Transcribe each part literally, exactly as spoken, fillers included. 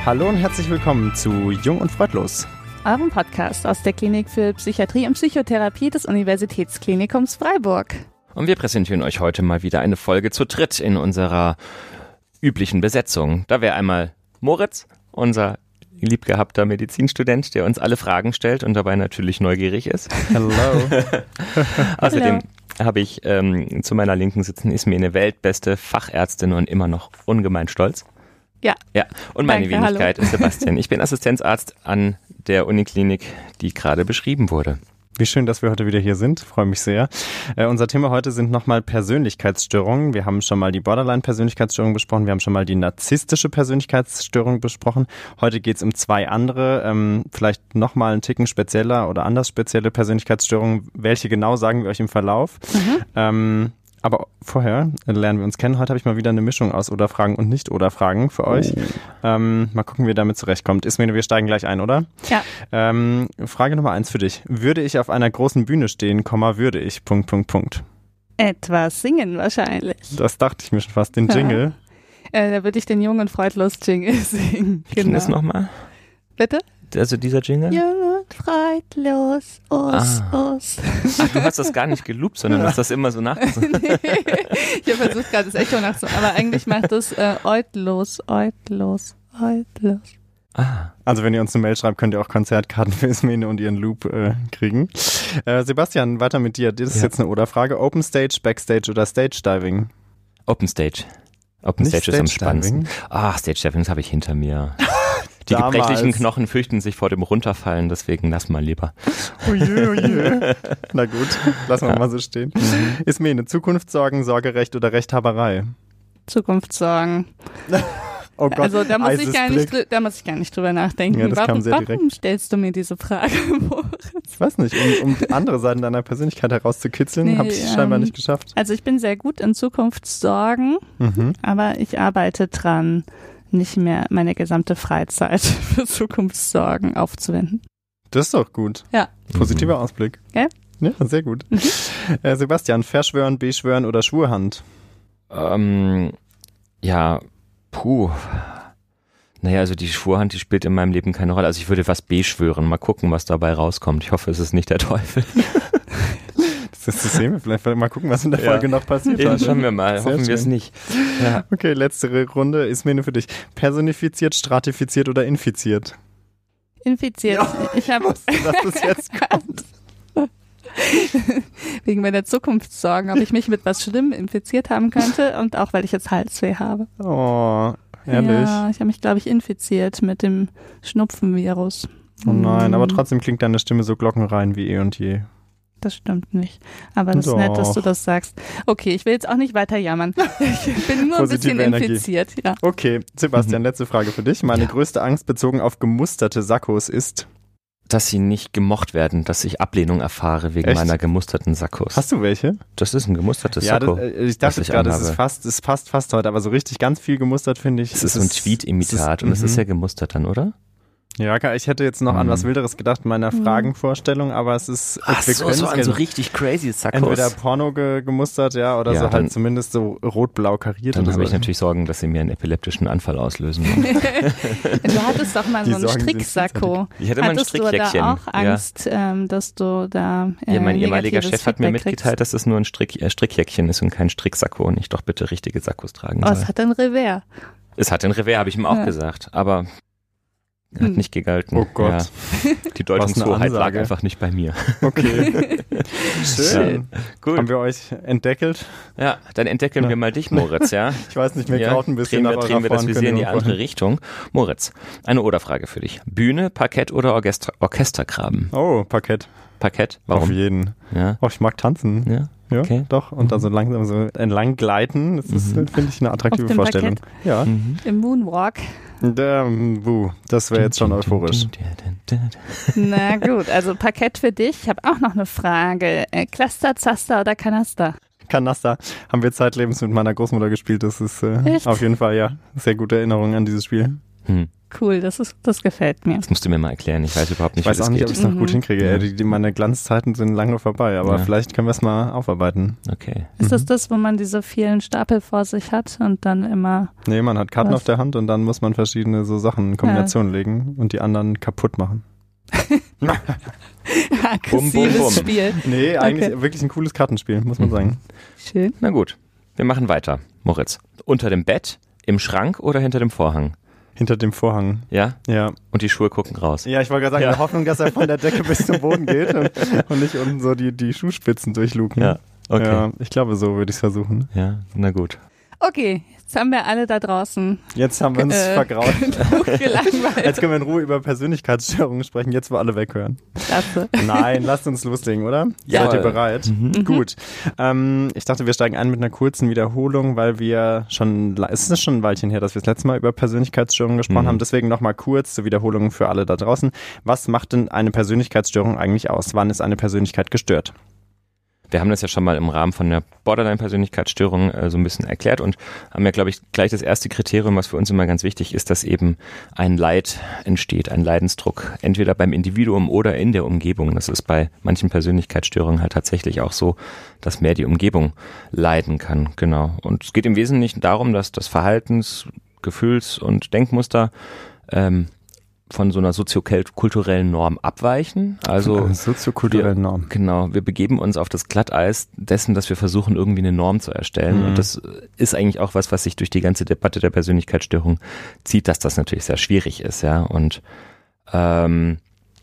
Hallo und herzlich willkommen zu Jung und Freudlos, eurem Podcast aus der Klinik für Psychiatrie und Psychotherapie des Universitätsklinikums Freiburg. Und wir präsentieren euch heute mal wieder eine Folge zu dritt in unserer üblichen Besetzung. Da wäre einmal Moritz, unser liebgehabter Medizinstudent, der uns alle Fragen stellt und dabei natürlich neugierig ist. Hallo. Außerdem habe ich ähm, zu meiner Linken sitzen Ismene, weltbeste Fachärztin und immer noch ungemein stolz. Ja. Ja. Und meine Danke, Wenigkeit hallo. ist Sebastian. Ich bin Assistenzarzt an der Uniklinik, die gerade beschrieben wurde. Wie schön, dass wir heute wieder hier sind. Freue mich sehr. Äh, unser Thema heute sind nochmal Persönlichkeitsstörungen. Wir haben schon mal die Borderline-Persönlichkeitsstörung besprochen. Wir haben schon mal die narzisstische Persönlichkeitsstörung besprochen. Heute geht es um zwei andere, ähm, vielleicht nochmal einen Ticken spezieller oder anders spezielle Persönlichkeitsstörungen. Welche genau, sagen wir euch im Verlauf. Mhm. Ähm, aber vorher lernen wir uns kennen. Heute habe ich mal wieder eine Mischung aus Oder-Fragen und Nicht-Oder-Fragen für euch. Oh. Ähm, mal gucken, wie ihr damit zurechtkommt. Ismene, wir steigen gleich ein, oder? Ja. Ähm, Frage Nummer eins für dich. Würde ich auf einer großen Bühne stehen, Komma, würde ich, Punkt, Punkt, Punkt. Etwas singen wahrscheinlich. Das dachte ich mir schon fast, den Jingle. Ja. Äh, da würde ich den Jung und Freudlos Jingle singen. Wie ging das nochmal? Bitte? Also dieser Jingle? Jung und freudlos, us, Ah. us. Ach, du hast das gar nicht geloopt, sondern hast das immer so nachgesungen. Nee. Ich habe versucht gerade das Echo nachzumachen, aber eigentlich macht das äh, eutlos, eutlos, eutlos. Ah. Also wenn ihr uns eine Mail schreibt, könnt ihr auch Konzertkarten für Ismene und ihren Loop äh, kriegen. Äh, Sebastian, weiter mit dir. Das ist Ja. jetzt eine Oder-Frage. Open Stage, Backstage oder Stage Diving? Open Stage. Open Nicht Stage ist am Stage spannendsten. Diving? Ah, Stage Diving, das habe ich hinter mir. Die Damals. gebrechlichen Knochen fürchten sich vor dem Runterfallen, deswegen lass mal lieber. Oje, oje. Na gut, lassen wir mal so stehen. Mhm. Ismene, Zukunftssorgen, Sorgerecht oder Rechthaberei? Zukunftssorgen. Oh Gott, Also da muss, ich eises gar Blick. nicht, drü- da muss ich gar nicht drüber nachdenken. Ja, das kam warum sehr warum direkt. stellst du mir diese Frage, Moritz? Ich weiß nicht, um, um andere Seiten deiner Persönlichkeit herauszukitzeln, Nee, habe ich es ähm, scheinbar nicht geschafft. Also ich bin sehr gut in Zukunftssorgen, Mhm. aber ich arbeite dran, nicht mehr meine gesamte Freizeit für Zukunftssorgen aufzuwenden. Das ist doch gut. Ja. Positiver Ausblick. Gell? Ja, sehr gut. Äh, Sebastian, verschwören, beschwören oder Schwurhand? Ähm, ja, puh. Naja, also die Schwurhand, die spielt in meinem Leben keine Rolle. Also ich würde was beschwören. Mal gucken, was dabei rauskommt. Ich hoffe, es ist nicht der Teufel. Das, das sehen wir vielleicht. Mal gucken, was in der Ja. Folge noch passiert. Eben, hat. schauen wir mal. Sehr Hoffen wir es schön. nicht. Ja. Okay, letzte Runde. Ismene für dich. Personifiziert, stratifiziert oder infiziert? Infiziert. Ich habe wusste, dass das jetzt kommt. wegen meiner Zukunftssorgen, ob ich mich mit was Schlimmem infiziert haben könnte und auch, weil ich jetzt Halsweh habe. Oh, ehrlich? Ja, ich habe mich, glaube ich, infiziert mit dem Schnupfenvirus. Oh nein, aber Hm, trotzdem klingt deine Stimme so glockenrein wie eh und je. Das stimmt nicht. Aber das ist nett, dass du Doch. das sagst. Okay, ich will jetzt auch nicht weiter jammern. Ich bin nur ein Positive bisschen Energie. infiziert. Ja. Okay, Sebastian, letzte Frage für dich. Meine Ja. größte Angst bezogen auf gemusterte Sakkos ist... Dass sie nicht gemocht werden, dass ich Ablehnung erfahre wegen Echt? meiner gemusterten Sakkos. Hast du welche? Das ist ein gemustertes Ja, Sakko. das, äh, ich dachte was ich gerade, es anhabe. ist fast, es passt fast heute, aber so richtig ganz viel gemustert finde ich. Es ist so ein Tweet-Imitat es und es ist mhm. ja gemustert dann, oder? Ja, ich hätte jetzt noch an Mhm. was Wilderes gedacht in meiner Mhm. Fragenvorstellung, aber es ist... Ach wir so, können so es an so gerne- richtig crazy Sakkos. Entweder Porno ge gemustert, ja, oder Ja, so halt dann- zumindest so rot-blau kariert Dann oder habe so. ich natürlich Sorgen, dass sie mir einen epileptischen Anfall auslösen. Du hattest doch mal Die so einen Sorgen sind Stricksacko. Ich hatte mal ein Hattest du da Strickjäckchen. auch Angst, ähm, dass du da äh, Ja, mein ehemaliger negatives Chef hat mir Feedback mitgeteilt, dass es nur ein Strick, äh, Strickjäckchen ist und kein Stricksacko und ich doch bitte richtige Sakkos tragen kriegst. Oh, soll. es hat ein Revers. Es hat ein Revers, habe ich ihm auch Ja. gesagt, aber hat Hm. nicht gegalten. Oh Gott. Ja. Die Deutungshoheit lag Ansage. einfach nicht bei mir. Okay. Schön. Gut. Haben wir euch entdeckelt? Ja, dann entdecken Ja. wir mal dich, Moritz, ja? Ich weiß nicht, mir Ja, graut ein bisschen drehen wir, nach drehen eurer wir das Vorankündigung Visier in die andere vorhin. Richtung. Moritz, eine Oder-Frage für dich. Bühne, Parkett oder Orchester Orchestergraben? Oh, Parkett. Parkett, Auf warum? jeden. Ja, Oh, ich mag tanzen. ja. Ja, Okay. doch. Und da so langsam so entlang gleiten, das ist, Mhm. finde ich, eine attraktive Auf dem Vorstellung. Ja. Mhm. Im Moonwalk. Der, wuh, das wäre jetzt schon euphorisch. Na gut, also Parkett für dich. Ich habe auch noch eine Frage. Äh, Cluster, Zaster oder Kanaster? Kanaster haben wir zeitlebens mit meiner Großmutter gespielt. Das ist äh, Echt? auf jeden Fall, ja, sehr gute Erinnerung an dieses Spiel. Hm. Cool, das ist, das gefällt mir. Das musst du mir mal erklären. Ich weiß überhaupt nicht, ich weiß wie das auch nicht, geht. ob ich es noch Mhm. gut hinkriege. Ja. Die, die, meine Glanzzeiten sind lange vorbei, aber Ja. vielleicht können wir es mal aufarbeiten. Okay. Ist das Mhm. das, wo man diese vielen Stapel vor sich hat und dann immer... Nee, man hat Karten Was? auf der Hand und dann muss man verschiedene so Sachen in Kombination legen und die anderen kaputt machen. aggressives Bum, bum, bum. Spiel. Nee, eigentlich Okay. wirklich ein cooles Kartenspiel, muss man Mhm. sagen. Schön. Na gut, wir machen weiter. Moritz, unter dem Bett, im Schrank oder hinter dem Vorhang? Hinter dem Vorhang. Ja? Ja. Und die Schuhe gucken raus. Ja, ich wollte gerade sagen, Ja. in der Hoffnung, dass er von der Decke bis zum Boden geht und, und nicht unten so die, die Schuhspitzen durchluken. Ja, okay. Ja, ich glaube, so würde ich es versuchen. Ja, na gut. Okay, jetzt haben wir alle da draußen Jetzt haben wir uns Äh. vergraut. gelangweilt. Jetzt können wir in Ruhe über Persönlichkeitsstörungen sprechen, jetzt wo alle weghören. Klasse. Nein, lasst uns loslegen, oder? Ja. Seid ihr bereit? Mhm. Gut. Ähm, ich dachte, wir steigen ein mit einer kurzen Wiederholung, weil wir schon, es ist schon ein Weilchen her, dass wir das letzte Mal über Persönlichkeitsstörungen gesprochen Mhm. haben. Deswegen nochmal kurz zur Wiederholung für alle da draußen. Was macht denn eine Persönlichkeitsstörung eigentlich aus? Wann ist eine Persönlichkeit gestört? Wir haben das ja schon mal im Rahmen von der Borderline-Persönlichkeitsstörung äh, so ein bisschen erklärt und haben ja, glaube ich, gleich das erste Kriterium, was für uns immer ganz wichtig ist, dass eben ein Leid entsteht, ein Leidensdruck, entweder beim Individuum oder in der Umgebung. Das ist bei manchen Persönlichkeitsstörungen halt tatsächlich auch so, dass mehr die Umgebung leiden kann. Genau. Und es geht im Wesentlichen darum, dass das Verhaltens-, Gefühls- und Denkmuster ähm, von so einer soziokulturellen Norm abweichen. Also soziokulturelle wir- Norm. Genau, wir begeben uns auf das Glatteis dessen, dass wir versuchen, irgendwie eine Norm zu erstellen. Mhm. Und das ist eigentlich auch was, was sich durch die ganze Debatte der Persönlichkeitsstörung zieht, dass das natürlich sehr schwierig ist, ja. Und ähm,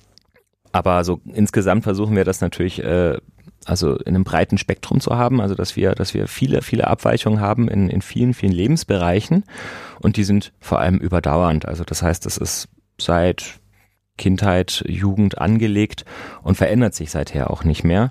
aber so insgesamt versuchen wir das natürlich äh, also in einem breiten Spektrum zu haben, also dass wir, dass wir viele, viele Abweichungen haben in, in vielen, vielen Lebensbereichen und die sind vor allem überdauernd. Also das heißt, das ist seit Kindheit, Jugend angelegt und verändert sich seither auch nicht mehr.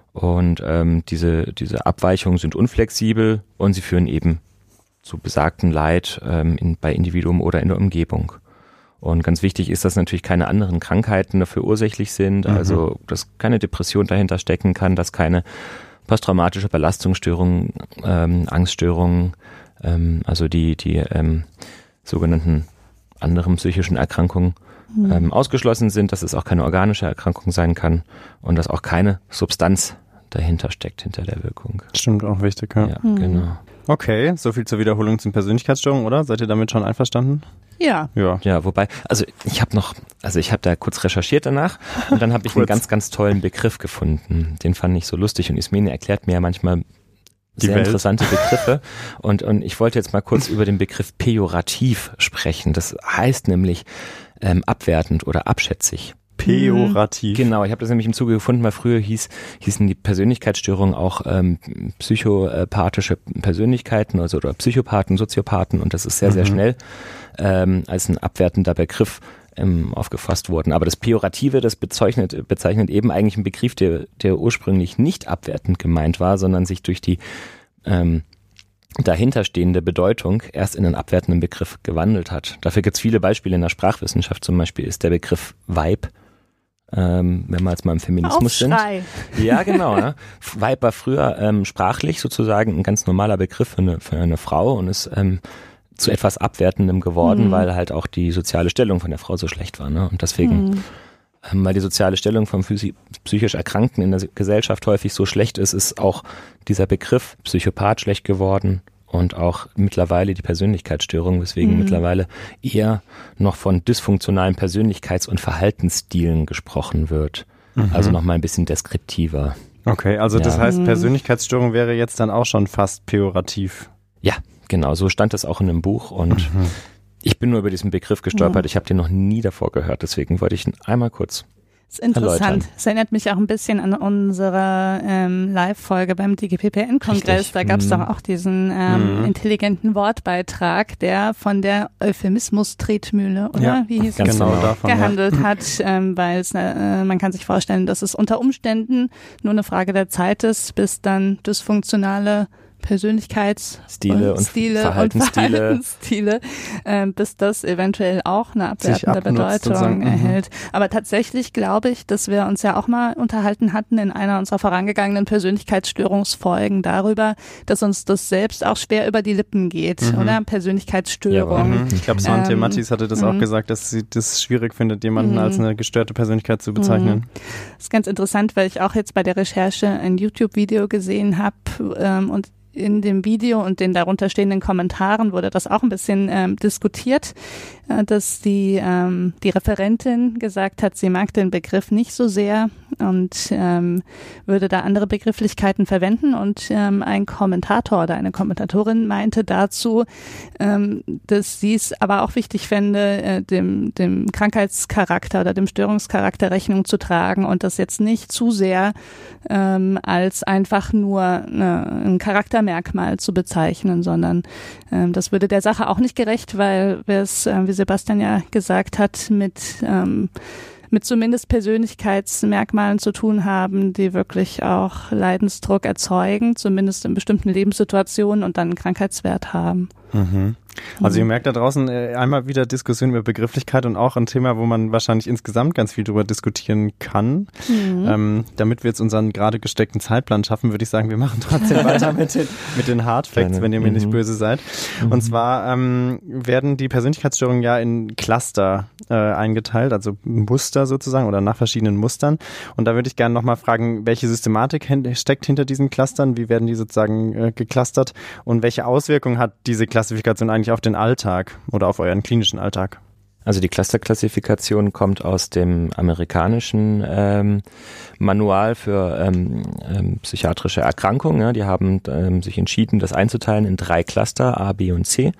Und ähm, diese, diese Abweichungen sind unflexibel und sie führen eben zu besagtem Leid ähm, in, bei Individuum oder in der Umgebung. Und ganz wichtig ist, dass natürlich keine anderen Krankheiten dafür ursächlich sind, Mhm. also dass keine Depression dahinter stecken kann, dass keine posttraumatische Belastungsstörungen, ähm, Angststörungen, ähm, also die, die ähm, sogenannten anderen psychischen Erkrankungen Mhm. ähm, ausgeschlossen sind, dass es auch keine organische Erkrankung sein kann und dass auch keine Substanz dahinter steckt, hinter der Wirkung. Stimmt, auch wichtig, ja. Ja, Mhm. genau. Okay, so viel zur Wiederholung zum Persönlichkeitsstörungen, oder? Seid ihr damit schon einverstanden? Ja. Ja. Ja, wobei, also ich habe noch, also ich habe da kurz recherchiert danach und dann habe ich einen Kurz. ganz, ganz tollen Begriff gefunden. Den fand ich so lustig und Ismene erklärt mir ja manchmal Die sehr Welt. interessante Begriffe und, und ich wollte jetzt mal kurz über den Begriff pejorativ sprechen. Das heißt nämlich ähm, abwertend oder abschätzig. Pejorativ. Genau, ich habe das nämlich im Zuge gefunden, weil früher hieß, hießen die Persönlichkeitsstörungen auch ähm, psychopathische Persönlichkeiten, also oder Psychopathen, Soziopathen und das ist sehr, sehr Mhm. schnell ähm, als ein abwertender Begriff ähm, aufgefasst worden. Aber das Pejorative, das bezeichnet, bezeichnet eben eigentlich einen Begriff, der, der ursprünglich nicht abwertend gemeint war, sondern sich durch die ähm, dahinterstehende Bedeutung erst in einen abwertenden Begriff gewandelt hat. Dafür gibt es viele Beispiele in der Sprachwissenschaft. Zum Beispiel ist der Begriff Weib, ähm, wenn wir jetzt mal im Feminismus sind. Aufschrei. Ja, genau. Ne? Weib war früher ähm, sprachlich sozusagen ein ganz normaler Begriff für eine, für eine Frau und ist ähm, zu etwas Abwertendem geworden, Mhm. weil halt auch die soziale Stellung von der Frau so schlecht war. Ne? Und deswegen, Mhm. ähm, weil die soziale Stellung von physi- psychisch Erkrankten in der Gesellschaft häufig so schlecht ist, ist auch dieser Begriff Psychopath schlecht geworden und auch mittlerweile die Persönlichkeitsstörung, weswegen Mhm. mittlerweile eher noch von dysfunktionalen Persönlichkeits- und Verhaltensstilen gesprochen wird. Mhm. Also nochmal ein bisschen deskriptiver. Okay, also das Ja. heißt, Mhm. Persönlichkeitsstörung wäre jetzt dann auch schon fast pejorativ. Ja, genau, so stand es auch in dem Buch und Mhm. ich bin nur über diesen Begriff gestolpert. Mhm. Ich habe den noch nie davor gehört, deswegen wollte ich ihn einmal kurz. Das ist interessant. Erläutern. Es erinnert mich auch ein bisschen an unsere ähm, Live-Folge beim D G P P N-Kongress. Richtig. Da gab es Mhm. doch auch diesen ähm, Mhm. intelligenten Wortbeitrag, der von der Euphemismus-Tretmühle, oder? Ja, Wie hieß ganz es? Genau, genau. davon. Ja. gehandelt hat, ähm, weil es, äh, man kann sich vorstellen, dass es unter Umständen nur eine Frage der Zeit ist, bis dann dysfunktionale Persönlichkeitsstile und, und Stile Verhaltensstile, und Verhaltensstile äh, bis das eventuell auch eine abwertende Bedeutung erhält. Aber tatsächlich glaube ich, dass wir uns ja auch mal unterhalten hatten in einer unserer vorangegangenen Persönlichkeitsstörungsfolgen darüber, dass uns das selbst auch schwer über die Lippen geht, mhm. oder? Persönlichkeitsstörung. Ja, mhm. Ich glaube, Svante ähm, Mattis hatte das mhm. auch gesagt, dass sie das schwierig findet, jemanden mhm. als eine gestörte Persönlichkeit zu bezeichnen. Das ist ganz interessant, weil ich auch jetzt bei der Recherche ein YouTube-Video gesehen habe ähm, und in dem Video und den darunter stehenden Kommentaren wurde das auch ein bisschen ähm, diskutiert, äh, dass die, ähm, die Referentin gesagt hat, sie mag den Begriff nicht so sehr und ähm, würde da andere Begrifflichkeiten verwenden. Und ähm, ein Kommentator oder eine Kommentatorin meinte dazu, ähm, dass sie es aber auch wichtig fände, äh, dem, dem Krankheitscharakter oder dem Störungscharakter Rechnung zu tragen und das jetzt nicht zu sehr ähm, als einfach nur äh, ein Charaktermerkmal zu bezeichnen, sondern ähm, das würde der Sache auch nicht gerecht, weil wir es, äh, wie Sebastian ja gesagt hat, mit ähm, mit zumindest Persönlichkeitsmerkmalen zu tun haben, die wirklich auch Leidensdruck erzeugen, zumindest in bestimmten Lebenssituationen und dann einen Krankheitswert haben. Mhm. Also ihr merkt da draußen äh, einmal wieder Diskussion über Begrifflichkeit und auch ein Thema, wo man wahrscheinlich insgesamt ganz viel drüber diskutieren kann. Mhm. Ähm, damit wir jetzt unseren gerade gesteckten Zeitplan schaffen, würde ich sagen, wir machen trotzdem weiter mit den, mit den Hard Facts, Keine. wenn ihr mir mhm. nicht böse seid. Mhm. Und zwar ähm, werden die Persönlichkeitsstörungen ja in Cluster äh, eingeteilt, also Muster sozusagen oder nach verschiedenen Mustern. Und da würde ich gerne nochmal fragen, welche Systematik steckt hinter diesen Clustern? Wie werden die sozusagen äh, geclustert? Und welche Auswirkungen hat diese Klassifikation eigentlich auf den Alltag oder auf euren klinischen Alltag? Also die Clusterklassifikation kommt aus dem amerikanischen ähm, Manual für ähm, ähm, psychiatrische Erkrankungen. Ja, die haben ähm, sich entschieden, das einzuteilen in drei Cluster, A, B und C.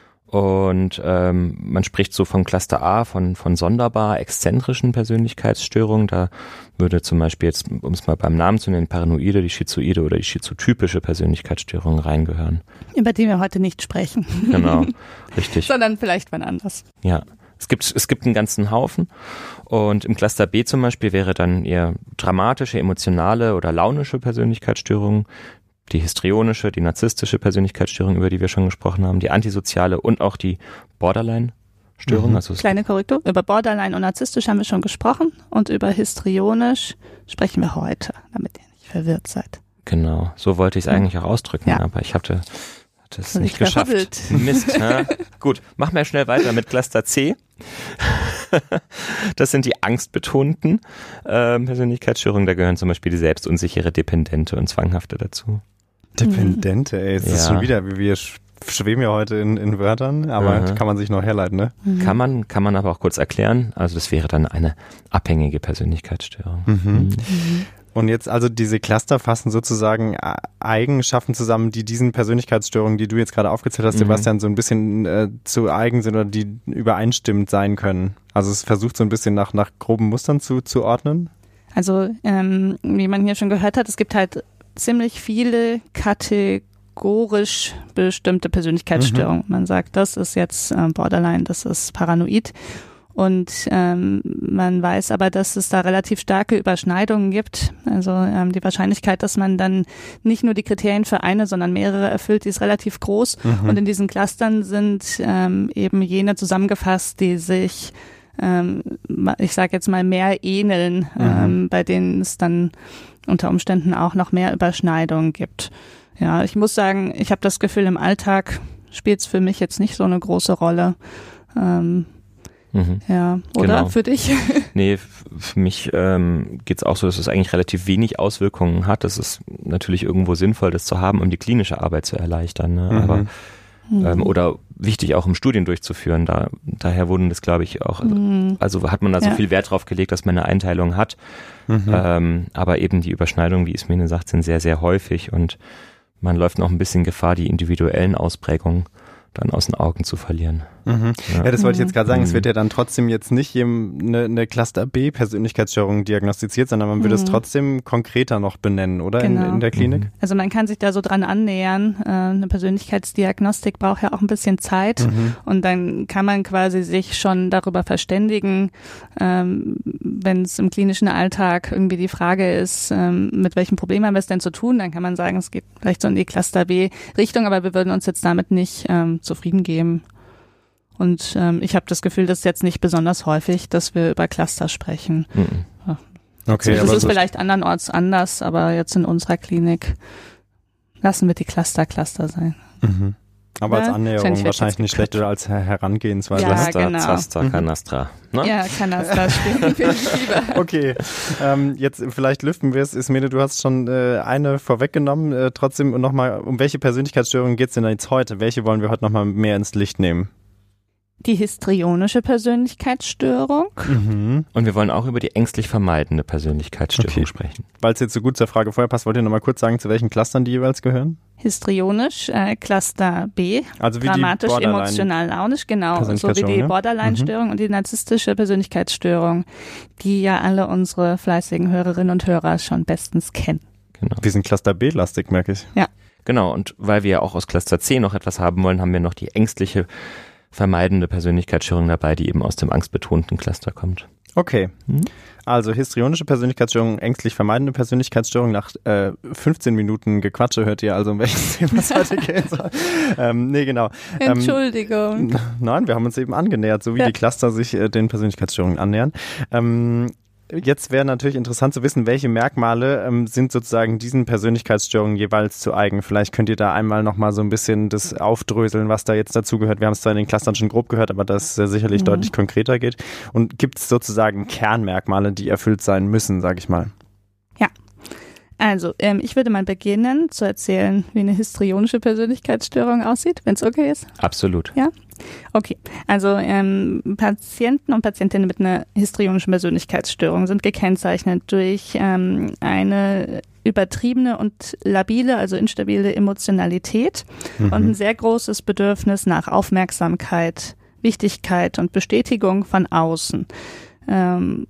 Und ähm, man spricht so vom Cluster A, von, von sonderbar exzentrischen Persönlichkeitsstörungen. Da würde zum Beispiel jetzt, um es mal beim Namen zu nennen, Paranoide, die Schizoide oder die schizotypische Persönlichkeitsstörung reingehören. Über die wir heute nicht sprechen. Genau, richtig. Sondern vielleicht wann anders. Ja, es gibt, es gibt einen ganzen Haufen. Und im Cluster B zum Beispiel wäre dann eher dramatische, emotionale oder launische Persönlichkeitsstörungen. Die histrionische, die narzisstische Persönlichkeitsstörung, über die wir schon gesprochen haben, die antisoziale und auch die Borderline-Störung. Mhm. Also Kleine Korrektur, über Borderline und narzisstisch haben wir schon gesprochen und über histrionisch sprechen wir heute, damit ihr nicht verwirrt seid. Genau, so wollte ich es eigentlich auch ausdrücken, ja. aber ich hatte, hatte es nicht geschafft. Verhuddelt. Mist. Ja. Gut, machen wir schnell weiter mit Cluster C. Das sind die angstbetonten äh, Persönlichkeitsstörungen, da gehören zum Beispiel die selbstunsichere, dependente und zwanghafte dazu. Dependente, ey, es ja. ist schon wieder, wir schweben ja heute in, in Wörtern, aber mhm. kann man sich noch herleiten, ne? Mhm. Kann man, kann man aber auch kurz erklären. Also das wäre dann eine abhängige Persönlichkeitsstörung. Mhm. Mhm. Und jetzt also diese Cluster fassen sozusagen Eigenschaften zusammen, die diesen Persönlichkeitsstörungen, die du jetzt gerade aufgezählt hast, mhm. Sebastian, so ein bisschen äh, zu eigen sind oder die übereinstimmend sein können. Also es versucht so ein bisschen nach, nach groben Mustern zu, zu ordnen. Also ähm, wie man hier schon gehört hat, es gibt halt ziemlich viele kategorisch bestimmte Persönlichkeitsstörungen. Mhm. Man sagt, das ist jetzt äh, Borderline, das ist paranoid. Und ähm, man weiß aber, dass es da relativ starke Überschneidungen gibt. Also ähm, die Wahrscheinlichkeit, dass man dann nicht nur die Kriterien für eine, sondern mehrere erfüllt, die ist relativ groß. Mhm. Und in diesen Clustern sind ähm, eben jene zusammengefasst, die sich, ähm, ich sage jetzt mal, mehr ähneln, mhm. ähm, bei denen es dann unter Umständen auch noch mehr Überschneidungen gibt. Ja, ich muss sagen, ich habe das Gefühl, im Alltag spielt es für mich jetzt nicht so eine große Rolle. Ähm, Mhm. Ja, oder genau. Für dich? Nee, für mich ähm, geht es auch so, dass es eigentlich relativ wenig Auswirkungen hat. Es ist natürlich irgendwo sinnvoll, das zu haben, um die klinische Arbeit zu erleichtern. Ne? Mhm. Aber mhm. ähm, oder wichtig auch, um Studien durchzuführen. Da, daher wurden das, glaube ich, auch, mhm. also hat man da so ja. viel Wert drauf gelegt, dass man eine Einteilung hat. Mhm. Ähm, aber eben die Überschneidungen, wie Ismene sagt, sind sehr, sehr häufig und man läuft noch ein bisschen Gefahr, die individuellen Ausprägungen dann aus den Augen zu verlieren. Mhm. Ja. ja, das wollte ich jetzt gerade sagen. Mhm. Es wird ja dann trotzdem jetzt nicht eine, eine Cluster B Persönlichkeitsstörung diagnostiziert, sondern man würde mhm. es trotzdem konkreter noch benennen, oder? Genau. In, in der Klinik? Also man kann sich da so dran annähern. Eine Persönlichkeitsdiagnostik braucht ja auch ein bisschen Zeit mhm. und dann kann man quasi sich schon darüber verständigen, ähm, wenn es im klinischen Alltag irgendwie die Frage ist, ähm, mit welchem Problem haben wir es denn zu tun, dann kann man sagen, es geht vielleicht so in die Cluster B Richtung, aber wir würden uns jetzt damit nicht ähm, zufrieden geben. Und ähm, ich habe das Gefühl, das ist jetzt nicht besonders häufig, dass wir über Cluster sprechen. Mhm. Ja. Okay, das aber ist so vielleicht andernorts anders, aber jetzt in unserer Klinik lassen wir die Cluster Cluster sein. Mhm. Aber ja, als Annäherung wahrscheinlich nicht schlecht oder als Herangehensweise. Ja, Cluster, genau. Zaster, Canastra. Ne? Ja, Canastra spielen wir lieber. Okay, ähm, jetzt vielleicht lüften wir es. Ismene, du hast schon äh, eine vorweggenommen. Äh, trotzdem nochmal, um welche Persönlichkeitsstörungen geht es denn jetzt heute? Welche wollen wir heute nochmal mehr ins Licht nehmen? Die histrionische Persönlichkeitsstörung. Mhm. Und wir wollen auch über die ängstlich vermeidende Persönlichkeitsstörung okay. sprechen. Weil es jetzt so gut zur Frage vorher passt, wollt ihr nochmal kurz sagen, zu welchen Clustern die jeweils gehören? Histrionisch, äh, Cluster B, also wie dramatisch, emotional, launisch, genau, so wie die Borderline-Störung mhm. und die narzisstische Persönlichkeitsstörung, die ja alle unsere fleißigen Hörerinnen und Hörer schon bestens kennen. Genau. Wir sind Cluster B-lastig, merke ich. Ja. Genau, und weil wir ja auch aus Cluster C noch etwas haben wollen, haben wir noch die ängstliche vermeidende Persönlichkeitsstörung dabei, die eben aus dem angstbetonten Cluster kommt. Okay, mhm. also histrionische Persönlichkeitsstörung, ängstlich vermeidende Persönlichkeitsstörung. Nach äh, fünfzehn Minuten Gequatsche hört ihr also, um welches Thema es heute gehen soll. Ähm, nee, genau. Entschuldigung. Ähm, nein, wir haben uns eben angenähert, so wie ja. die Cluster sich äh, den Persönlichkeitsstörungen annähern. Ähm, Jetzt wäre natürlich interessant zu wissen, welche Merkmale ähm, sind sozusagen diesen Persönlichkeitsstörungen jeweils zu eigen. Vielleicht könnt ihr da einmal nochmal so ein bisschen das aufdröseln, was da jetzt dazugehört. Wir haben es zwar in den Clustern schon grob gehört, aber dass es sicherlich mhm. deutlich konkreter geht. Und gibt es sozusagen Kernmerkmale, die erfüllt sein müssen, sage ich mal? Ja. Also, ähm, ich würde mal beginnen zu erzählen, wie eine histrionische Persönlichkeitsstörung aussieht, wenn es okay ist. Absolut. Ja? Okay. Also ähm, Patienten und Patientinnen mit einer histrionischen Persönlichkeitsstörung sind gekennzeichnet durch ähm, eine übertriebene und labile, also instabile Emotionalität mhm. und ein sehr großes Bedürfnis nach Aufmerksamkeit, Wichtigkeit und Bestätigung von außen. Ähm,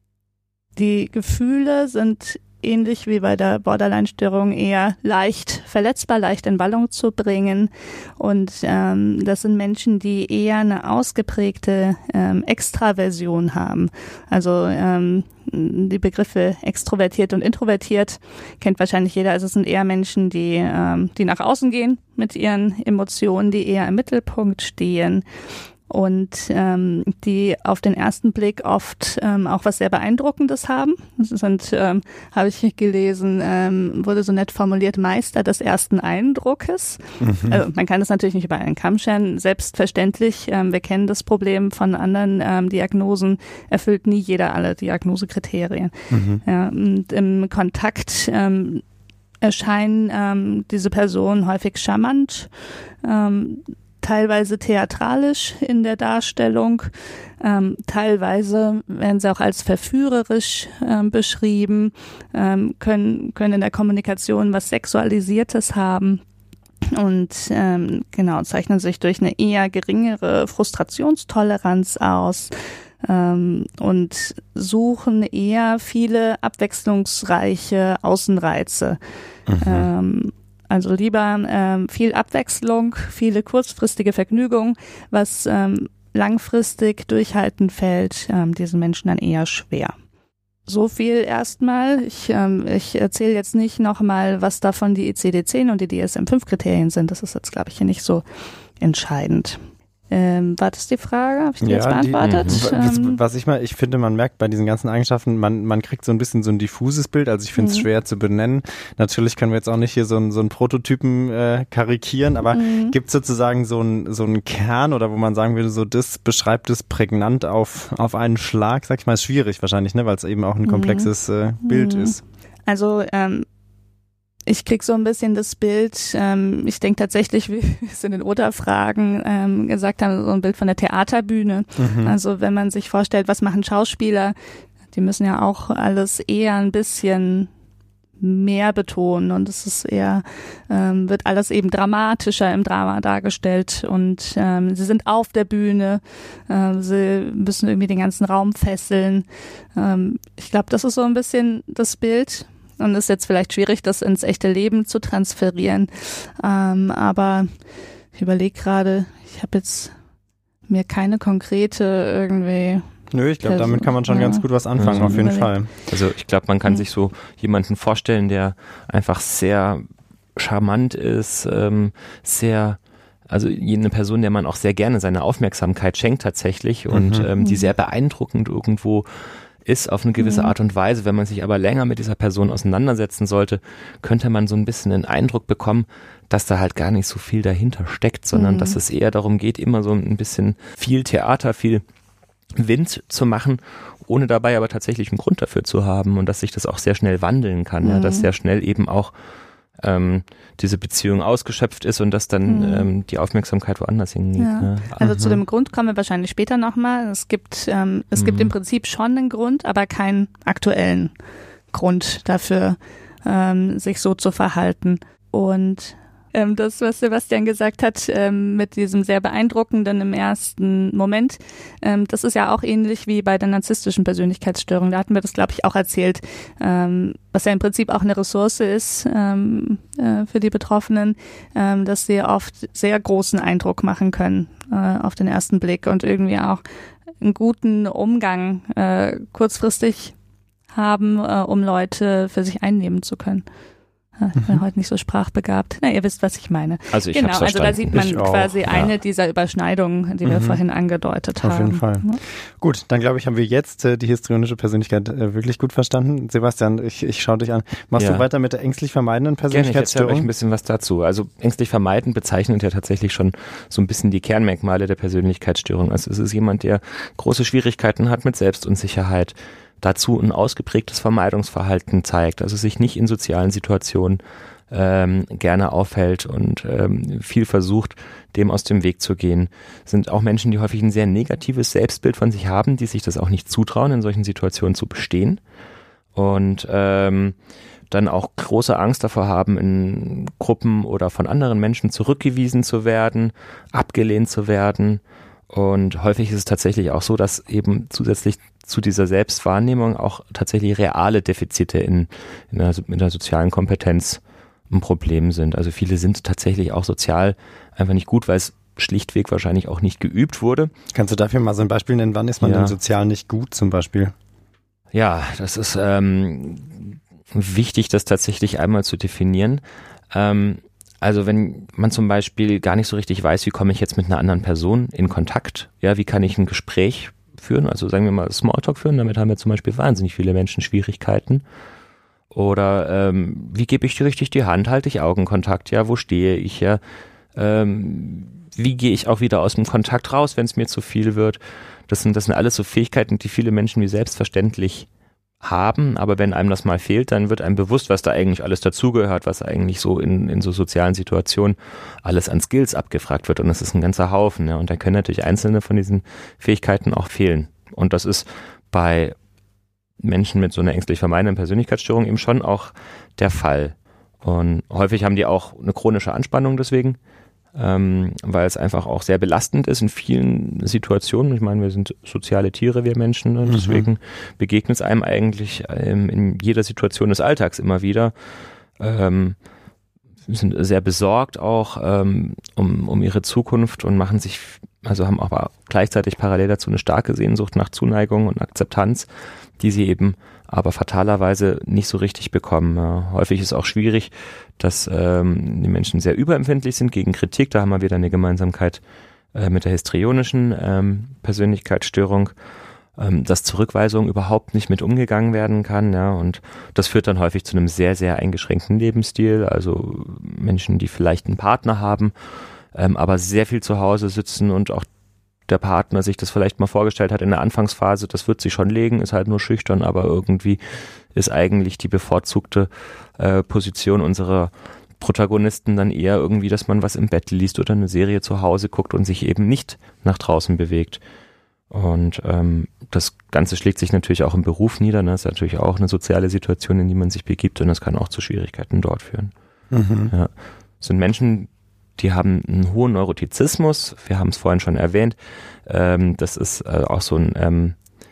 die Gefühle sind ähnlich wie bei der Borderline-Störung eher leicht verletzbar, leicht in Wallung zu bringen. Und ähm, das sind Menschen, die eher eine ausgeprägte ähm, Extraversion haben. Also ähm, die Begriffe extrovertiert und introvertiert kennt wahrscheinlich jeder. Also es sind eher Menschen, die, ähm, die nach außen gehen mit ihren Emotionen, die eher im Mittelpunkt stehen. Und ähm, die auf den ersten Blick oft ähm, auch was sehr Beeindruckendes haben. Das sind, ähm, habe ich gelesen, ähm, wurde so nett formuliert, Meister des ersten Eindruckes. Mhm. Also man kann das natürlich nicht über einen Kamm scheren. Selbstverständlich, ähm, wir kennen das Problem von anderen ähm, Diagnosen, erfüllt nie jeder alle Diagnosekriterien. Mhm. Ja, und im Kontakt ähm, erscheinen ähm, diese Personen häufig charmant, ähm, teilweise theatralisch in der Darstellung, ähm, teilweise werden sie auch als verführerisch ähm, beschrieben, ähm, können, können in der Kommunikation was Sexualisiertes haben und ähm, genau zeichnen sich durch eine eher geringere Frustrationstoleranz aus ähm, und suchen eher viele abwechslungsreiche Außenreize. Mhm. Ähm, Also lieber ähm, viel Abwechslung, viele kurzfristige Vergnügung, was ähm, langfristig durchhalten fällt, ähm, diesen Menschen dann eher schwer. So viel erstmal. Ich, ähm, ich erzähle jetzt nicht nochmal, was davon die I C D zehn und die D S M fünf Kriterien sind. Das ist jetzt, glaube ich, hier nicht so entscheidend. Ähm, war das die Frage? Habe ich die ja, jetzt beantwortet? Die, ähm, was ich mal, ich finde, man merkt bei diesen ganzen Eigenschaften, man, man kriegt so ein bisschen so ein diffuses Bild, also ich finde es mhm. schwer zu benennen. Natürlich können wir jetzt auch nicht hier so einen so einen Prototypen äh, karikieren, aber mhm. gibt es sozusagen so einen so einen Kern oder wo man sagen würde, so das beschreibt es prägnant auf, auf einen Schlag, sag ich mal, ist schwierig wahrscheinlich, ne, weil es eben auch ein komplexes äh, Bild mhm. ist. Also, ähm, ich krieg so ein bisschen das Bild, ähm, ich denke tatsächlich, wie wir es in den Oder-Fragen ähm, gesagt haben, so ein Bild von der Theaterbühne. Mhm. Also wenn man sich vorstellt, was machen Schauspieler, die müssen ja auch alles eher ein bisschen mehr betonen und es ist eher, ähm, wird alles eben dramatischer im Drama dargestellt und ähm, sie sind auf der Bühne, äh, sie müssen irgendwie den ganzen Raum fesseln. Ähm, ich glaube, das ist so ein bisschen das Bild und ist jetzt vielleicht schwierig, das ins echte Leben zu transferieren, ähm, aber ich überlege gerade, ich habe jetzt mir keine konkrete irgendwie... Nö, ich glaube, damit kann man schon ja. ganz gut was anfangen, also, auf jeden Fall. Also ich glaube, man kann sich so jemanden vorstellen, der einfach sehr charmant ist, ähm, sehr, also eine Person, der man auch sehr gerne seine Aufmerksamkeit schenkt tatsächlich und mhm. ähm, die sehr beeindruckend irgendwo ist auf eine gewisse Art und Weise. Wenn man sich aber länger mit dieser Person auseinandersetzen sollte, könnte man so ein bisschen den Eindruck bekommen, dass da halt gar nicht so viel dahinter steckt, sondern mhm. dass es eher darum geht, immer so ein bisschen viel Theater, viel Wind zu machen, ohne dabei aber tatsächlich einen Grund dafür zu haben und dass sich das auch sehr schnell wandeln kann, mhm. ja, dass sehr schnell eben auch ähm, diese Beziehung ausgeschöpft ist und dass dann mhm. ähm, die Aufmerksamkeit woanders hingeht. Ja. Ja. Also mhm. zu dem Grund kommen wir wahrscheinlich später nochmal. Es gibt ähm, es mhm. gibt im Prinzip schon einen Grund, aber keinen aktuellen Grund dafür, ähm, sich so zu verhalten. Und Ähm, das, was Sebastian gesagt hat, ähm, mit diesem sehr beeindruckenden im ersten Moment, ähm, das ist ja auch ähnlich wie bei der narzisstischen Persönlichkeitsstörung. Da hatten wir das, glaube ich, auch erzählt, ähm, was ja im Prinzip auch eine Ressource ist ähm, äh, für die Betroffenen, ähm, dass sie oft sehr großen Eindruck machen können äh, auf den ersten Blick und irgendwie auch einen guten Umgang äh, kurzfristig haben, äh, um Leute für sich einnehmen zu können. Ich bin mhm. heute nicht so sprachbegabt. Na, ihr wisst, was ich meine. Also ich genau, hab's also da sieht man ich quasi auch, eine ja. dieser Überschneidungen, die wir mhm. vorhin angedeutet Auf haben. Auf jeden Fall. Ja. Gut, dann glaube ich, haben wir jetzt äh, die histrionische Persönlichkeit äh, wirklich gut verstanden. Sebastian, ich, ich schaue dich an. Machst ja. du weiter mit der ängstlich vermeidenden Persönlichkeitsstörung? Gerne, ich erzähle euch ein bisschen was dazu. Also ängstlich vermeidend bezeichnet ja tatsächlich schon so ein bisschen die Kernmerkmale der Persönlichkeitsstörung. Also es ist jemand, der große Schwierigkeiten hat mit Selbstunsicherheit, dazu ein ausgeprägtes Vermeidungsverhalten zeigt, also sich nicht in sozialen Situationen ähm, gerne aufhält und ähm, viel versucht, dem aus dem Weg zu gehen. Sind auch Menschen, die häufig ein sehr negatives Selbstbild von sich haben, die sich das auch nicht zutrauen, in solchen Situationen zu bestehen und ähm, dann auch große Angst davor haben, in Gruppen oder von anderen Menschen zurückgewiesen zu werden, abgelehnt zu werden. Und häufig ist es tatsächlich auch so, dass eben zusätzlich zu dieser Selbstwahrnehmung auch tatsächlich reale Defizite in, in, der, in der sozialen Kompetenz ein Problem sind. Also viele sind tatsächlich auch sozial einfach nicht gut, weil es schlichtweg wahrscheinlich auch nicht geübt wurde. Kannst du dafür mal so ein Beispiel nennen? Wann ist man ja. denn sozial nicht gut zum Beispiel? Ja, das ist ähm, wichtig, das tatsächlich einmal zu definieren. Ähm, Also wenn man zum Beispiel gar nicht so richtig weiß, wie komme ich jetzt mit einer anderen Person in Kontakt, ja, wie kann ich ein Gespräch führen, also sagen wir mal Smalltalk führen, damit haben ja zum Beispiel wahnsinnig viele Menschen Schwierigkeiten. Oder ähm, wie gebe ich dir richtig die Hand, halte ich Augenkontakt, ja, wo stehe ich, ja, ähm, wie gehe ich auch wieder aus dem Kontakt raus, wenn es mir zu viel wird. Das sind, das sind alles so Fähigkeiten, die viele Menschen wie selbstverständlich haben, aber wenn einem das mal fehlt, dann wird einem bewusst, was da eigentlich alles dazugehört, was eigentlich so in, in so sozialen Situationen alles an Skills abgefragt wird und das ist ein ganzer Haufen, ja, und da können natürlich einzelne von diesen Fähigkeiten auch fehlen und das ist bei Menschen mit so einer ängstlich vermeidenden Persönlichkeitsstörung eben schon auch der Fall und häufig haben die auch eine chronische Anspannung deswegen, Ähm, weil es einfach auch sehr belastend ist in vielen Situationen. Ich meine, wir sind soziale Tiere, wir Menschen, und deswegen mhm. begegnet es einem eigentlich ähm, in jeder Situation des Alltags immer wieder. Ähm, sind sehr besorgt auch ähm, um, um ihre Zukunft und machen sich, also haben aber gleichzeitig parallel dazu eine starke Sehnsucht nach Zuneigung und Akzeptanz, die sie eben aber fatalerweise nicht so richtig bekommen. Ja, häufig ist es auch schwierig, dass ähm, die Menschen sehr überempfindlich sind gegen Kritik. Da haben wir wieder eine Gemeinsamkeit äh, mit der histrionischen ähm, Persönlichkeitsstörung, ähm, dass Zurückweisung überhaupt nicht mit umgegangen werden kann. Ja, und das führt dann häufig zu einem sehr, sehr eingeschränkten Lebensstil. Also Menschen, die vielleicht einen Partner haben, ähm, aber sehr viel zu Hause sitzen und auch der Partner sich das vielleicht mal vorgestellt hat in der Anfangsphase, das wird sich schon legen, ist halt nur schüchtern, aber irgendwie ist eigentlich die bevorzugte äh, Position unserer Protagonisten dann eher irgendwie, dass man was im Bett liest oder eine Serie zu Hause guckt und sich eben nicht nach draußen bewegt. Und ähm, das Ganze schlägt sich natürlich auch im Beruf nieder. Ne? Das ist natürlich auch eine soziale Situation, in die man sich begibt und das kann auch zu Schwierigkeiten dort führen. Mhm. Ja. Es sind Menschen, die haben einen hohen Neurotizismus. Wir haben es vorhin schon erwähnt. Ähm, das ist äh, auch so ein ähm,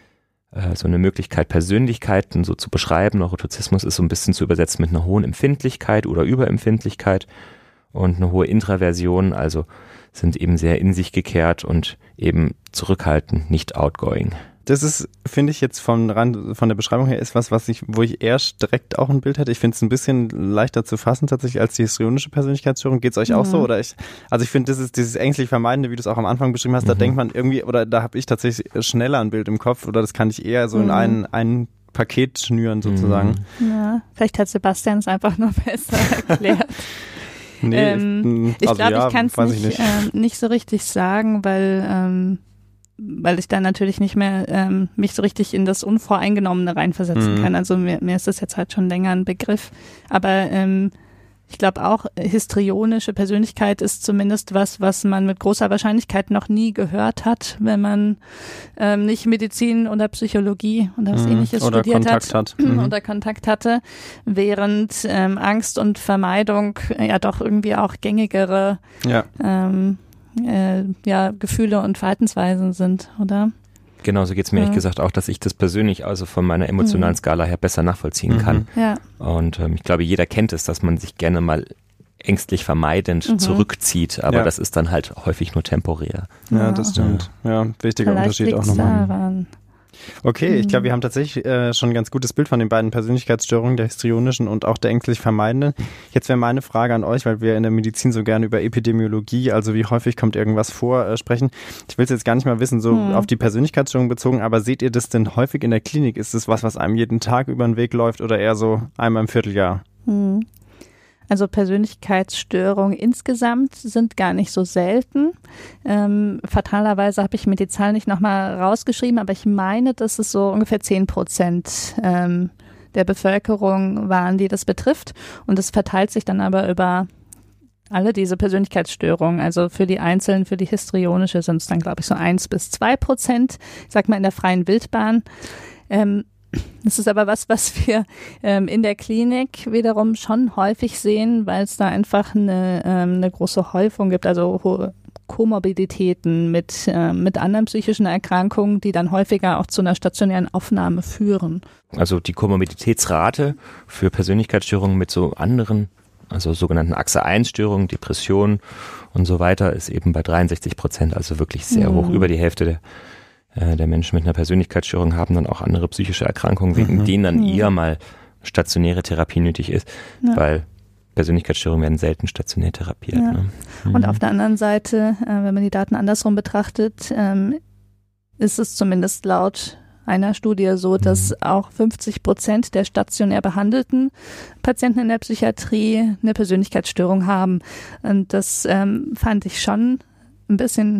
äh, so eine Möglichkeit, Persönlichkeiten so zu beschreiben. Neurotizismus ist so ein bisschen zu übersetzen mit einer hohen Empfindlichkeit oder Überempfindlichkeit und eine hohe Intraversion, also sind eben sehr in sich gekehrt und eben zurückhaltend, nicht outgoing. Das ist, finde ich jetzt von, von der Beschreibung her, ist was, was ich, wo ich eher direkt auch ein Bild hätte. Ich finde es ein bisschen leichter zu fassen tatsächlich als die histrionische Persönlichkeitsstörung. Geht es euch mhm. auch so? Oder ich, also ich finde, das ist dieses ängstlich Vermeidende, wie du es auch am Anfang beschrieben hast, mhm. da denkt man irgendwie, oder da habe ich tatsächlich schneller ein Bild im Kopf, oder das kann ich eher so mhm. in ein, ein Paket schnüren sozusagen. Ja, vielleicht hat Sebastian es einfach nur besser erklärt. Nee, ähm, ich also glaube, ja, ich kann es nicht, nicht. Ähm, nicht so richtig sagen, weil, ähm, weil ich da natürlich nicht mehr ähm, mich so richtig in das Unvoreingenommene reinversetzen mhm. kann. Also mir, mir ist das jetzt halt schon länger ein Begriff. Aber ähm, ich glaube auch, histrionische Persönlichkeit ist zumindest was, was man mit großer Wahrscheinlichkeit noch nie gehört hat, wenn man ähm, nicht Medizin oder Psychologie oder was mhm. Ähnliches oder studiert Kontakt hat, hat. Mhm. oder Kontakt hatte, während ähm, Angst und Vermeidung ja doch irgendwie auch gängigere ja. Ähm, äh, ja, Gefühle und Verhaltensweisen sind, oder? Genau, so geht es mir ja. ehrlich gesagt auch, dass ich das persönlich also von meiner emotionalen mhm. Skala her besser nachvollziehen mhm. kann. Ja. Und ähm, ich glaube, jeder kennt es, dass man sich gerne mal ängstlich vermeidend mhm. zurückzieht, aber ja. das ist dann halt häufig nur temporär. Ja, ja. das stimmt. Ja, wichtiger Vielleicht Unterschied auch nochmal. Daran. Okay, ich glaube, wir haben tatsächlich äh, schon ein ganz gutes Bild von den beiden Persönlichkeitsstörungen, der histrionischen und auch der ängstlich vermeidenden. Jetzt wäre meine Frage an euch, weil wir in der Medizin so gerne über Epidemiologie, also wie häufig kommt irgendwas vor, äh, sprechen. Ich will es jetzt gar nicht mal wissen, so hm. auf die Persönlichkeitsstörung bezogen, aber seht ihr das denn häufig in der Klinik? Ist das was, was einem jeden Tag über den Weg läuft oder eher so einmal im Vierteljahr? Hm. Also Persönlichkeitsstörungen insgesamt sind gar nicht so selten. Ähm, fatalerweise habe ich mir die Zahl nicht nochmal rausgeschrieben, aber ich meine, dass es so ungefähr zehn Prozent ähm, der Bevölkerung waren, die das betrifft. Und es verteilt sich dann aber über alle diese Persönlichkeitsstörungen. Also für die einzelnen, für die histrionische sind es dann, glaube ich, so eins bis zwei Prozent. Ich sag mal in der freien Wildbahn. Ähm, Das ist aber was, was wir ähm, in der Klinik wiederum schon häufig sehen, weil es da einfach eine, ähm, eine große Häufung gibt, also hohe Komorbiditäten mit, äh, mit anderen psychischen Erkrankungen, die dann häufiger auch zu einer stationären Aufnahme führen. Also die Komorbiditätsrate für Persönlichkeitsstörungen mit so anderen, also sogenannten Achse eins Störungen, Depressionen und so weiter, ist eben bei dreiundsechzig Prozent, also wirklich sehr mhm. hoch, über die Hälfte der der Menschen mit einer Persönlichkeitsstörung haben dann auch andere psychische Erkrankungen, wegen mhm. denen dann mhm. eher mal stationäre Therapie nötig ist, ja. weil Persönlichkeitsstörungen werden selten stationär therapiert. Ja. Ne? Mhm. Und auf der anderen Seite, äh, wenn man die Daten andersrum betrachtet, ähm, ist es zumindest laut einer Studie so, dass mhm. auch fünfzig Prozent der stationär behandelten Patienten in der Psychiatrie eine Persönlichkeitsstörung haben. Und das ähm, fand ich schon ein bisschen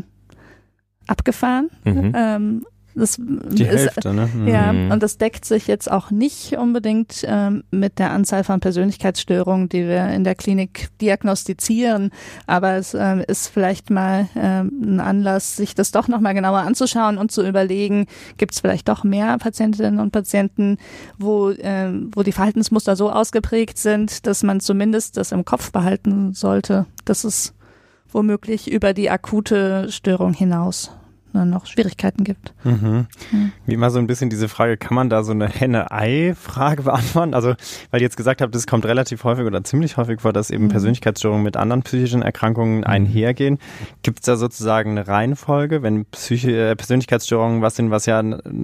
abgefahren. Mhm. Ähm, das Die ist, Hälfte, ne? Mhm. Ja, und das deckt sich jetzt auch nicht unbedingt ähm, mit der Anzahl von Persönlichkeitsstörungen, die wir in der Klinik diagnostizieren. Aber es ähm, ist vielleicht mal ähm, ein Anlass, sich das doch nochmal genauer anzuschauen und zu überlegen, gibt es vielleicht doch mehr Patientinnen und Patienten, wo, ähm, wo die Verhaltensmuster so ausgeprägt sind, dass man zumindest das im Kopf behalten sollte, dass es womöglich über die akute Störung hinaus noch Schwierigkeiten gibt. Mhm. Mhm. Wie immer so ein bisschen diese Frage, kann man da so eine Henne-Ei-Frage beantworten? Also, weil ihr jetzt gesagt habt, das kommt relativ häufig oder ziemlich häufig vor, dass eben mhm. Persönlichkeitsstörungen mit anderen psychischen Erkrankungen einhergehen. Gibt es da sozusagen eine Reihenfolge, wenn Psyche, Persönlichkeitsstörungen was sind, was ja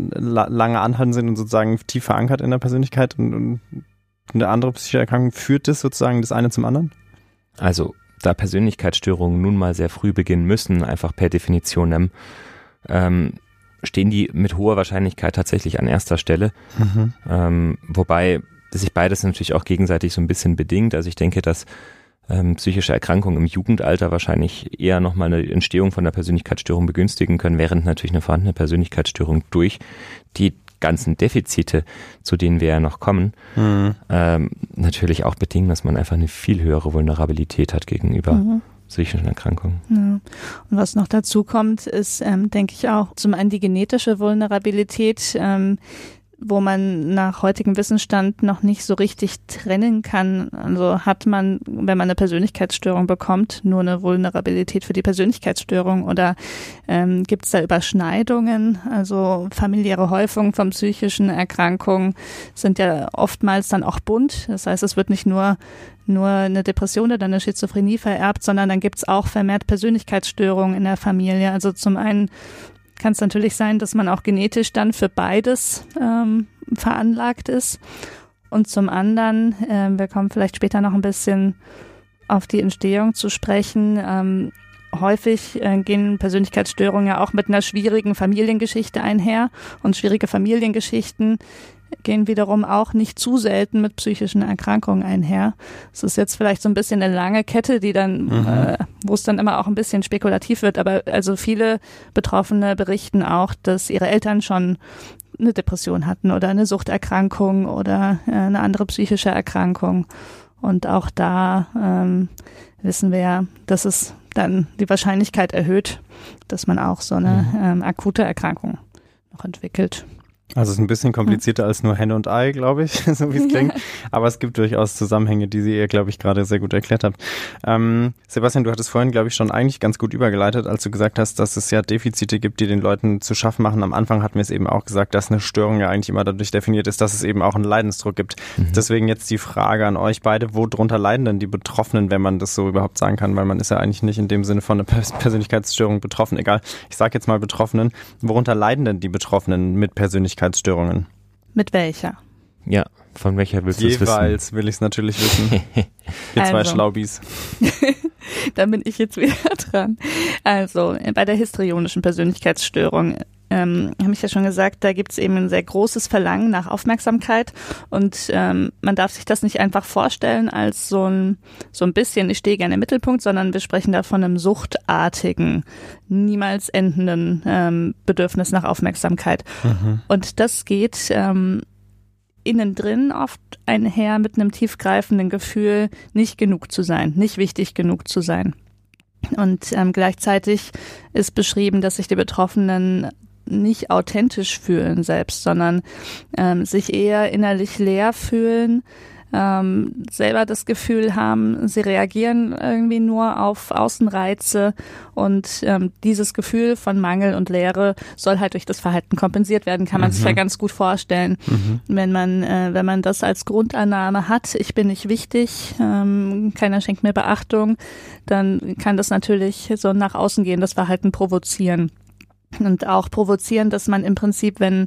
lange anhalten sind und sozusagen tief verankert in der Persönlichkeit und, und eine andere psychische Erkrankung, führt das sozusagen das eine zum anderen? Also, da Persönlichkeitsstörungen nun mal sehr früh beginnen müssen, einfach per Definition, ähm, stehen die mit hoher Wahrscheinlichkeit tatsächlich an erster Stelle. Mhm. Ähm, wobei sich beides natürlich auch gegenseitig so ein bisschen bedingt. Also ich denke, dass ähm, psychische Erkrankungen im Jugendalter wahrscheinlich eher nochmal eine Entstehung von der Persönlichkeitsstörung begünstigen können, während natürlich eine vorhandene Persönlichkeitsstörung durch die ganzen Defizite, zu denen wir ja noch kommen, mhm. ähm, natürlich auch bedingen, dass man einfach eine viel höhere Vulnerabilität hat gegenüber mhm. psychischen Erkrankungen. Ja. Und was noch dazu kommt, ist, ähm, denke ich auch, zum einen die genetische Vulnerabilität, ähm, wo man nach heutigem Wissensstand noch nicht so richtig trennen kann. Also hat man, wenn man eine Persönlichkeitsstörung bekommt, nur eine Vulnerabilität für die Persönlichkeitsstörung oder ähm, gibt es da Überschneidungen? Also familiäre Häufung von psychischen Erkrankungen sind ja oftmals dann auch bunt. Das heißt, es wird nicht nur nur eine Depression oder eine Schizophrenie vererbt, sondern dann gibt es auch vermehrt Persönlichkeitsstörungen in der Familie. Also zum einen kann es natürlich sein, dass man auch genetisch dann für beides ähm, veranlagt ist. Und zum anderen, äh, wir kommen vielleicht später noch ein bisschen auf die Entstehung zu sprechen, ähm, häufig äh, gehen Persönlichkeitsstörungen ja auch mit einer schwierigen Familiengeschichte einher. Und schwierige Familiengeschichten gehen wiederum auch nicht zu selten mit psychischen Erkrankungen einher. Es ist jetzt vielleicht so ein bisschen eine lange Kette, die dann, mhm. äh, wo es dann immer auch ein bisschen spekulativ wird, aber also viele Betroffene berichten auch, dass ihre Eltern schon eine Depression hatten oder eine Suchterkrankung oder äh, eine andere psychische Erkrankung. Und auch da ähm, wissen wir ja, dass es dann die Wahrscheinlichkeit erhöht, dass man auch so eine mhm. ähm, akute Erkrankung noch entwickelt. Also es ist ein bisschen komplizierter als nur Henne und Ei, glaube ich, so wie es klingt. Aber es gibt durchaus Zusammenhänge, die Sie ihr, glaube ich, gerade sehr gut erklärt habt. Ähm, Sebastian, du hattest vorhin, glaube ich, schon eigentlich ganz gut übergeleitet, als du gesagt hast, dass es ja Defizite gibt, die den Leuten zu schaffen machen. Am Anfang hatten wir es eben auch gesagt, dass eine Störung ja eigentlich immer dadurch definiert ist, dass es eben auch einen Leidensdruck gibt. Mhm. Deswegen jetzt die Frage an euch beide, wo drunter leiden denn die Betroffenen, wenn man das so überhaupt sagen kann? Weil man ist ja eigentlich nicht in dem Sinne von einer Persönlichkeitsstörung betroffen. Egal, ich sage jetzt mal Betroffenen. Worunter leiden denn die Betroffenen mit Persönlichkeitsstörungen? Mit welcher? Ja, von welcher willst du es wissen? Jeweils will ich es natürlich wissen. Ihr zwei also. Schlaubis. Da bin ich jetzt wieder dran. Also bei der histrionischen Persönlichkeitsstörung ähm, habe ich ja schon gesagt, da gibt es eben ein sehr großes Verlangen nach Aufmerksamkeit und ähm, man darf sich das nicht einfach vorstellen als so ein, so ein bisschen, ich stehe gerne im Mittelpunkt, sondern wir sprechen da von einem suchtartigen, niemals endenden ähm, Bedürfnis nach Aufmerksamkeit. Mhm. Und das geht ähm, innen drin oft einher mit einem tiefgreifenden Gefühl, nicht genug zu sein, nicht wichtig genug zu sein. Und ähm, gleichzeitig ist beschrieben, dass sich die Betroffenen nicht authentisch fühlen selbst, sondern ähm, sich eher innerlich leer fühlen, ähm, selber das Gefühl haben, sie reagieren irgendwie nur auf Außenreize und ähm, dieses Gefühl von Mangel und Leere soll halt durch das Verhalten kompensiert werden, kann man mhm. sich ja ganz gut vorstellen. Mhm. Wenn man äh, wenn man das als Grundannahme hat, ich bin nicht wichtig, ähm, keiner schenkt mir Beachtung, dann kann das natürlich so nach außen gehen, das Verhalten provozieren. Und auch provozieren, dass man im Prinzip, wenn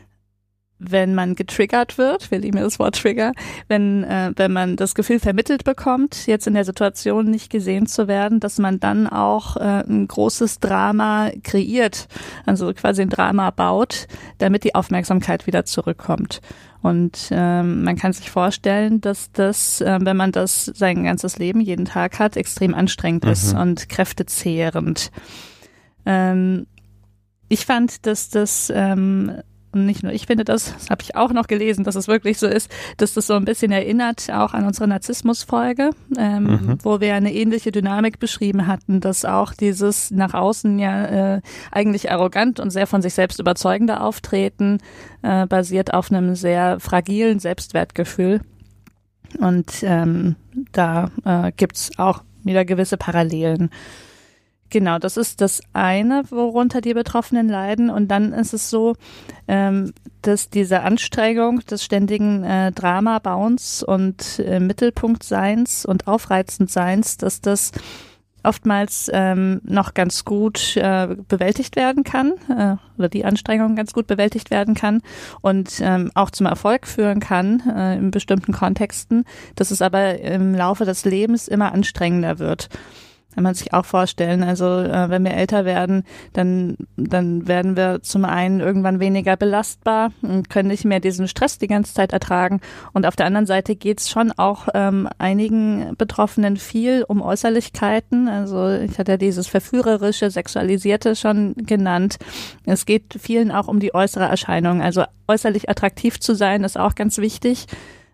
wenn man getriggert wird, wir lieben das Wort Trigger, wenn äh, wenn man das Gefühl vermittelt bekommt, jetzt in der Situation nicht gesehen zu werden, dass man dann auch äh, ein großes Drama kreiert, also quasi ein Drama baut, damit die Aufmerksamkeit wieder zurückkommt. Und ähm, man kann sich vorstellen, dass das, äh, wenn man das sein ganzes Leben jeden Tag hat, extrem anstrengend mhm. ist und kräftezehrend. Ähm, Ich fand, dass das, ähm, und nicht nur ich finde das, das habe ich auch noch gelesen, dass es wirklich so ist, dass das so ein bisschen erinnert auch an unsere Narzissmus-Folge, ähm, mhm. wo wir eine ähnliche Dynamik beschrieben hatten, dass auch dieses nach außen ja äh, eigentlich arrogant und sehr von sich selbst überzeugende Auftreten äh, basiert auf einem sehr fragilen Selbstwertgefühl. Und ähm, da äh, gibt's auch wieder gewisse Parallelen. Genau, das ist das eine, worunter die Betroffenen leiden. Und dann ist es so, ähm, dass diese Anstrengung des ständigen äh, Drama-Bauens und äh, Mittelpunktseins und Aufreizendseins, dass das oftmals ähm, noch ganz gut äh, bewältigt werden kann äh, oder die Anstrengung ganz gut bewältigt werden kann und ähm, auch zum Erfolg führen kann äh, in bestimmten Kontexten, dass es aber im Laufe des Lebens immer anstrengender wird. Kann man sich auch vorstellen. Also äh, wenn wir älter werden, dann dann werden wir zum einen irgendwann weniger belastbar und können nicht mehr diesen Stress die ganze Zeit ertragen. Und auf der anderen Seite geht es schon auch ähm, einigen Betroffenen viel um Äußerlichkeiten. Also ich hatte ja dieses verführerische, sexualisierte schon genannt. Es geht vielen auch um die äußere Erscheinung. Also äußerlich attraktiv zu sein ist auch ganz wichtig.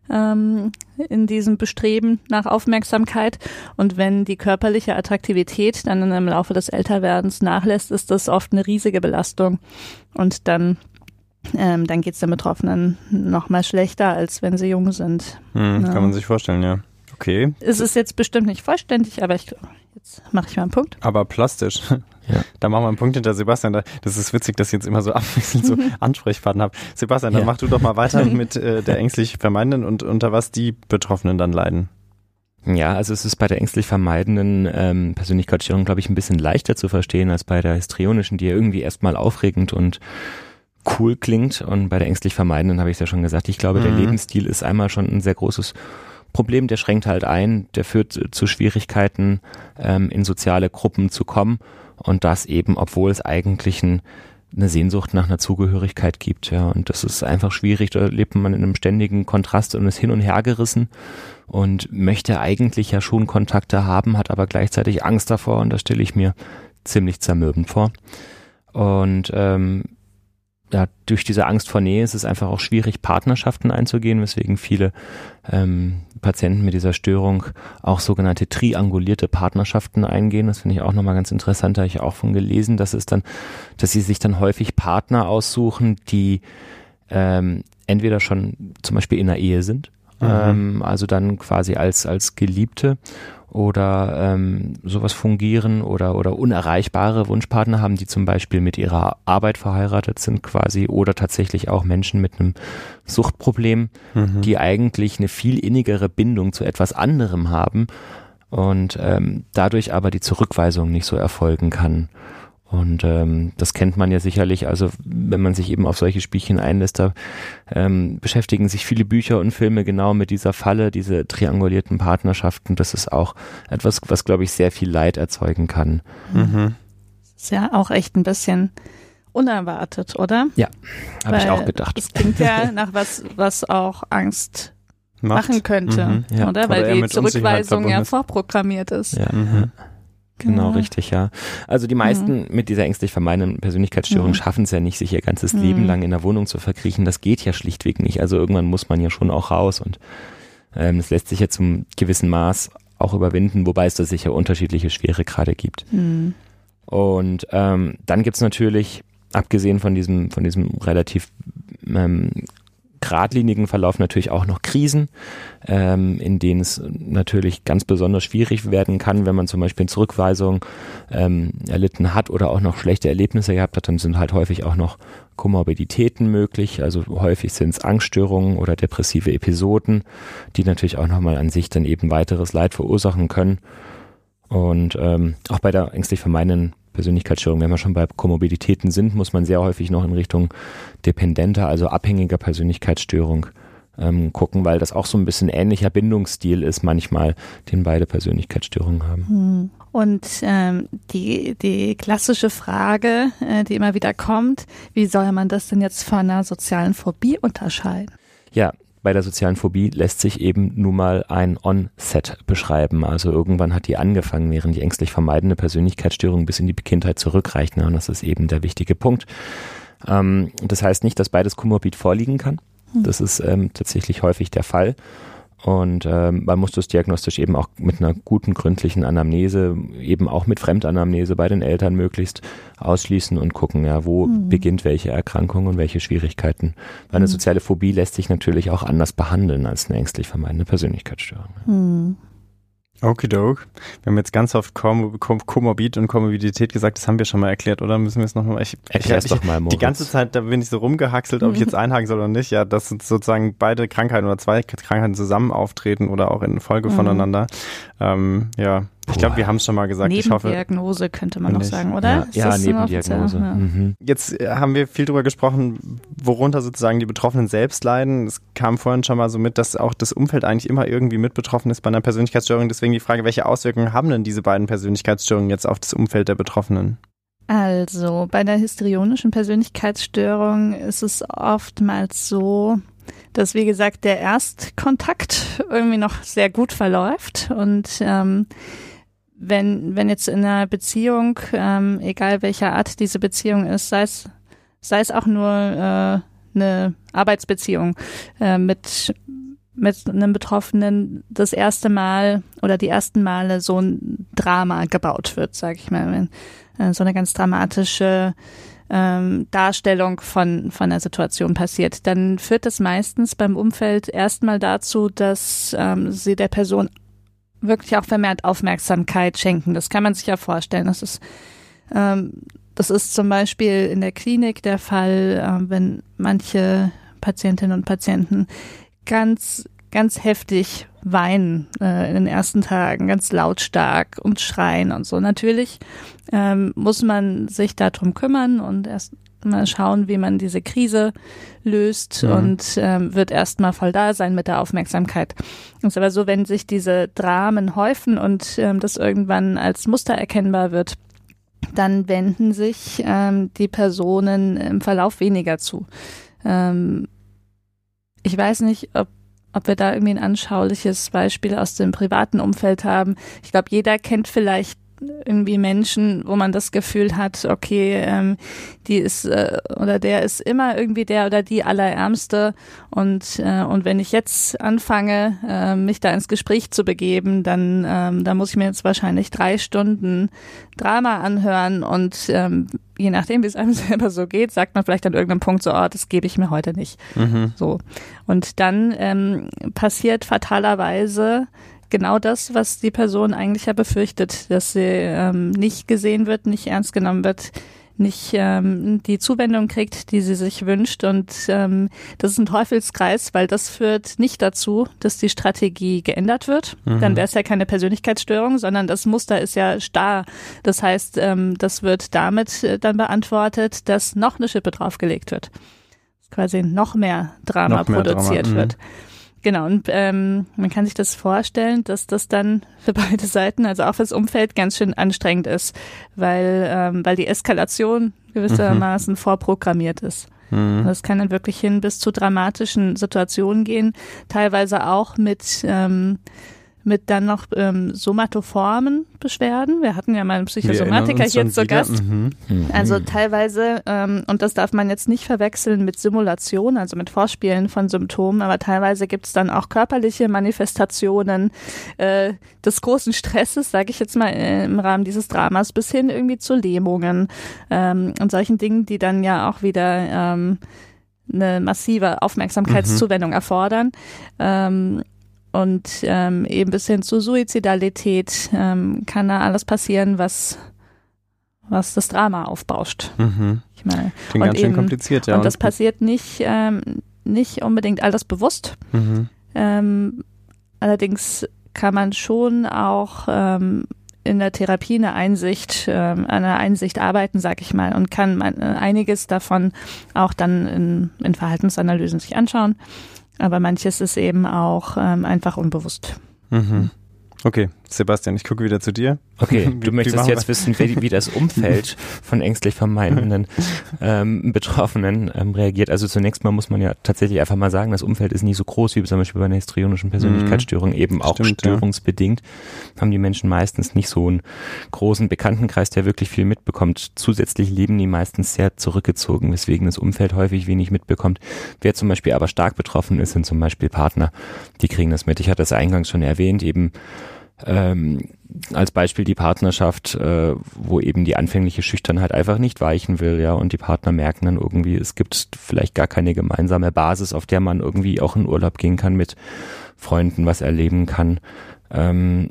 ähm, in diesem Bestreben nach Aufmerksamkeit. Und wenn die körperliche Attraktivität dann im Laufe des Älterwerdens nachlässt, ist das oft eine riesige Belastung. Und dann, ähm, dann geht es den Betroffenen noch mal schlechter, als wenn sie jung sind. Hm, ja. Kann man sich vorstellen, ja. Okay. Es ist jetzt bestimmt nicht vollständig, aber ich, jetzt mache ich mal einen Punkt. Aber plastisch. Ja. Da machen wir einen Punkt hinter Sebastian. Das ist witzig, dass ich jetzt immer so abwechselnd so Ansprechpartner habe. Sebastian, dann ja. mach du doch mal weiter mit äh, der ängstlich Vermeidenden und unter was die Betroffenen dann leiden. Ja, also es ist bei der ängstlich vermeidenden ähm, Persönlichkeitsstörung, glaube ich, ein bisschen leichter zu verstehen als bei der histrionischen, die ja irgendwie erstmal aufregend und cool klingt. Und bei der ängstlich vermeidenden habe ich es ja schon gesagt, ich glaube, mhm. der Lebensstil ist einmal schon ein sehr großes Problem, der schränkt halt ein, der führt zu Schwierigkeiten, ähm, in soziale Gruppen zu kommen. Und das eben, obwohl es eigentlich ein, eine Sehnsucht nach einer Zugehörigkeit gibt. Ja, und das ist einfach schwierig. Da lebt man in einem ständigen Kontrast und ist hin und her gerissen und möchte eigentlich ja schon Kontakte haben, hat aber gleichzeitig Angst davor. Und das stelle ich mir ziemlich zermürbend vor. Und ähm, ja, durch diese Angst vor Nähe ist es einfach auch schwierig, Partnerschaften einzugehen, weswegen viele ähm, Patienten mit dieser Störung auch sogenannte triangulierte Partnerschaften eingehen. Das finde ich auch nochmal ganz interessant, da habe ich auch von gelesen, dass es dann, dass sie sich dann häufig Partner aussuchen, die ähm, entweder schon zum Beispiel in einer Ehe sind, mhm. ähm, also dann quasi als als Geliebte oder ähm, sowas fungieren oder oder unerreichbare Wunschpartner haben, die zum Beispiel mit ihrer Arbeit verheiratet sind quasi oder tatsächlich auch Menschen mit einem Suchtproblem, mhm. die eigentlich eine viel innigere Bindung zu etwas anderem haben und ähm, dadurch aber die Zurückweisung nicht so erfolgen kann. Und ähm, das kennt man ja sicherlich, also wenn man sich eben auf solche Spielchen einlässt, da ähm, beschäftigen sich viele Bücher und Filme genau mit dieser Falle, diese triangulierten Partnerschaften. Das ist auch etwas, was, glaube ich, sehr viel Leid erzeugen kann. Mhm. Das ist ja auch echt ein bisschen unerwartet, oder? Ja, habe ich auch gedacht. Das klingt ja nach was, was auch Angst Macht. machen könnte, mhm, ja. oder? Weil oder die Zurückweisung ja vorprogrammiert ist. Ja. Mhm. Genau, ja. richtig, ja. Also die meisten mhm. mit dieser ängstlich vermeidenden Persönlichkeitsstörung mhm. schaffen es ja nicht, sich ihr ganzes mhm. Leben lang in der Wohnung zu verkriechen. Das geht ja schlichtweg nicht. Also irgendwann muss man ja schon auch raus und ähm, das lässt sich ja zum gewissen Maß auch überwinden, wobei es da sicher unterschiedliche Schweregrade gibt. Mhm. Und ähm, dann gibt's natürlich, abgesehen von diesem, von diesem relativ ähm, geradlinigen Verlauf natürlich auch noch Krisen, ähm, in denen es natürlich ganz besonders schwierig werden kann, wenn man zum Beispiel eine Zurückweisung ähm, erlitten hat oder auch noch schlechte Erlebnisse gehabt hat, dann sind halt häufig auch noch Komorbiditäten möglich, also häufig sind es Angststörungen oder depressive Episoden, die natürlich auch nochmal an sich dann eben weiteres Leid verursachen können. Und ähm, auch bei der ängstlich vermeidenden Persönlichkeitsstörung, wenn wir schon bei Komorbiditäten sind, muss man sehr häufig noch in Richtung dependenter, also abhängiger Persönlichkeitsstörung ähm, gucken, weil das auch so ein bisschen ähnlicher Bindungsstil ist manchmal, den beide Persönlichkeitsstörungen haben. Und ähm, die, die klassische Frage, äh, die immer wieder kommt, wie soll man das denn jetzt von einer sozialen Phobie unterscheiden? Ja, bei der sozialen Phobie lässt sich eben nun mal ein Onset beschreiben. Also irgendwann hat die angefangen, während die ängstlich vermeidende Persönlichkeitsstörung bis in die Kindheit zurückreicht. Und das ist eben der wichtige Punkt. Ähm, das heißt nicht, dass beides komorbid vorliegen kann. Das ist ähm, tatsächlich häufig der Fall. Und ähm, man muss das diagnostisch eben auch mit einer guten, gründlichen Anamnese, eben auch mit Fremdanamnese bei den Eltern möglichst ausschließen und gucken, ja, wo mhm. beginnt welche Erkrankung und welche Schwierigkeiten. Weil eine soziale Phobie lässt sich natürlich auch anders behandeln als eine ängstlich vermeidende Persönlichkeitsstörung. Mhm. Okidok. Wir haben jetzt ganz oft Kom- Kom- Komorbid und Komorbidität gesagt, das haben wir schon mal erklärt, oder? Müssen wir es nochmal? Ich, Erklär's ich, doch mal, Moritz. Die ganze Zeit, da bin ich so rumgehaxelt, ob ich jetzt einhaken soll oder nicht. Ja, dass sozusagen beide Krankheiten oder zwei Krankheiten zusammen auftreten oder auch in Folge mhm. voneinander. Ähm, ja, ich glaube, wir haben es schon mal gesagt. Nebendiagnose ich hoffe, könnte man noch sagen, oder? Ja, ja Nebendiagnose. Ja. Mhm. Jetzt haben wir viel drüber gesprochen, worunter sozusagen die Betroffenen selbst leiden. Es kam vorhin schon mal so mit, dass auch das Umfeld eigentlich immer irgendwie mit betroffen ist bei einer Persönlichkeitsstörung. Deswegen die Frage, welche Auswirkungen haben denn diese beiden Persönlichkeitsstörungen jetzt auf das Umfeld der Betroffenen? Also bei der histrionischen Persönlichkeitsstörung ist es oftmals so, dass, wie gesagt, der Erstkontakt irgendwie noch sehr gut verläuft und ähm, wenn wenn jetzt in einer Beziehung, ähm, egal welcher Art diese Beziehung ist, sei es sei es auch nur äh, eine Arbeitsbeziehung äh, mit mit einem Betroffenen das erste Mal oder die ersten Male so ein Drama gebaut wird, sage ich mal. Wenn, äh, so eine ganz dramatische ähm, Darstellung von, von der Situation passiert, dann führt das meistens beim Umfeld erstmal dazu, dass ähm, sie der Person wirklich auch vermehrt Aufmerksamkeit schenken. Das kann man sich ja vorstellen. Das ist, ähm, das ist zum Beispiel in der Klinik der Fall, äh, wenn manche Patientinnen und Patienten ganz, ganz heftig weinen äh, in den ersten Tagen, ganz lautstark und schreien und so. Natürlich ähm, muss man sich darum kümmern und erst mal schauen, wie man diese Krise löst mhm. und ähm, wird erst mal voll da sein mit der Aufmerksamkeit. Es ist aber so, wenn sich diese Dramen häufen und ähm, das irgendwann als Muster erkennbar wird, dann wenden sich ähm, die Personen im Verlauf weniger zu. Ähm, Ich weiß nicht, ob, ob wir da irgendwie ein anschauliches Beispiel aus dem privaten Umfeld haben. Ich glaube, jeder kennt vielleicht irgendwie Menschen, wo man das Gefühl hat, okay, ähm, die ist äh, oder der ist immer irgendwie der oder die Allerärmste und äh, und wenn ich jetzt anfange, äh, mich da ins Gespräch zu begeben, dann ähm, dann muss ich mir jetzt wahrscheinlich drei Stunden Drama anhören und ähm, je nachdem, wie es einem selber so geht, sagt man vielleicht an irgendeinem Punkt so, oh, das gebe ich mir heute nicht. Mhm. So. Und dann ähm, passiert fatalerweise genau das, was die Person eigentlich ja befürchtet, dass sie ähm, nicht gesehen wird, nicht ernst genommen wird, nicht ähm, die Zuwendung kriegt, die sie sich wünscht. Und ähm, das ist ein Teufelskreis, weil das führt nicht dazu, dass die Strategie geändert wird. Mhm. Dann wäre es ja keine Persönlichkeitsstörung, sondern das Muster ist ja starr. Das heißt, ähm, das wird damit äh, dann beantwortet, dass noch eine Schippe draufgelegt wird. Dass quasi noch mehr Drama noch mehr produziert Drama. wird. Genau, und ähm, man kann sich das vorstellen, dass das dann für beide Seiten, also auch fürs Umfeld, ganz schön anstrengend ist, weil ähm, weil die Eskalation gewissermaßen mhm. vorprogrammiert ist. Mhm. Das kann dann wirklich hin bis zu dramatischen Situationen gehen, teilweise auch mit ähm, mit dann noch ähm, somatoformen Beschwerden. Wir hatten ja mal einen Psychosomatiker hier zu Gast. Mhm. Mhm. Also teilweise, ähm, und das darf man jetzt nicht verwechseln mit Simulation, also mit Vorspielen von Symptomen, aber teilweise gibt es dann auch körperliche Manifestationen äh, des großen Stresses, sage ich jetzt mal, äh, im Rahmen dieses Dramas, bis hin irgendwie zu Lähmungen ähm, und solchen Dingen, die dann ja auch wieder ähm, eine massive Aufmerksamkeitszuwendung mhm. erfordern. Ähm, Und ähm, eben bis hin zu Suizidalität ähm, kann da alles passieren, was was das Drama aufbauscht. Mhm. Ich meine, Klingt und ganz schön eben, kompliziert, ja. Und das passiert nicht ähm, nicht unbedingt alles bewusst. Mhm. Ähm, allerdings kann man schon auch ähm, in der Therapie eine Einsicht, ähm, eine Einsicht arbeiten, sag ich mal, und kann man, äh, einiges davon auch dann in, in Verhaltensanalysen sich anschauen. Aber manches ist eben auch ähm, einfach unbewusst. Mhm. Okay, Sebastian, ich gucke wieder zu dir. Okay, du wie, möchtest wie jetzt wissen, wie, wie das Umfeld von ängstlich vermeidenden ähm, Betroffenen ähm, reagiert. Also zunächst mal muss man ja tatsächlich einfach mal sagen, das Umfeld ist nie so groß wie zum Beispiel bei einer histrionischen Persönlichkeitsstörung, mhm. eben auch Stimmt, störungsbedingt. Ja. Haben die Menschen meistens nicht so einen großen Bekanntenkreis, der wirklich viel mitbekommt. Zusätzlich leben die meistens sehr zurückgezogen, weswegen das Umfeld häufig wenig mitbekommt. Wer zum Beispiel aber stark betroffen ist, sind zum Beispiel Partner. Die kriegen das mit. Ich hatte das eingangs schon erwähnt, eben Ähm, als Beispiel die Partnerschaft, äh, wo eben die anfängliche Schüchternheit einfach nicht weichen will, ja, und die Partner merken dann irgendwie, es gibt vielleicht gar keine gemeinsame Basis, auf der man irgendwie auch in Urlaub gehen kann, mit Freunden was erleben kann. Ähm,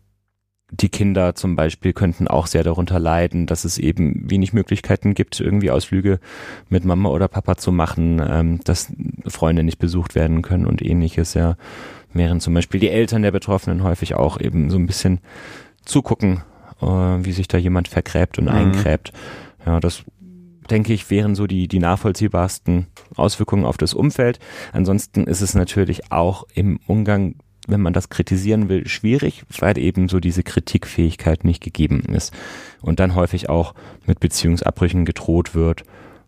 die Kinder zum Beispiel könnten auch sehr darunter leiden, dass es eben wenig Möglichkeiten gibt, irgendwie Ausflüge mit Mama oder Papa zu machen, ähm, dass Freunde nicht besucht werden können und ähnliches, ja. Während zum Beispiel die Eltern der Betroffenen häufig auch eben so ein bisschen zugucken, äh, wie sich da jemand vergräbt und mhm. eingräbt. Ja, das denke ich, wären so die, die nachvollziehbarsten Auswirkungen auf das Umfeld. Ansonsten ist es natürlich auch im Umgang, wenn man das kritisieren will, schwierig, weil eben so diese Kritikfähigkeit nicht gegeben ist. Und dann häufig auch mit Beziehungsabbrüchen gedroht wird.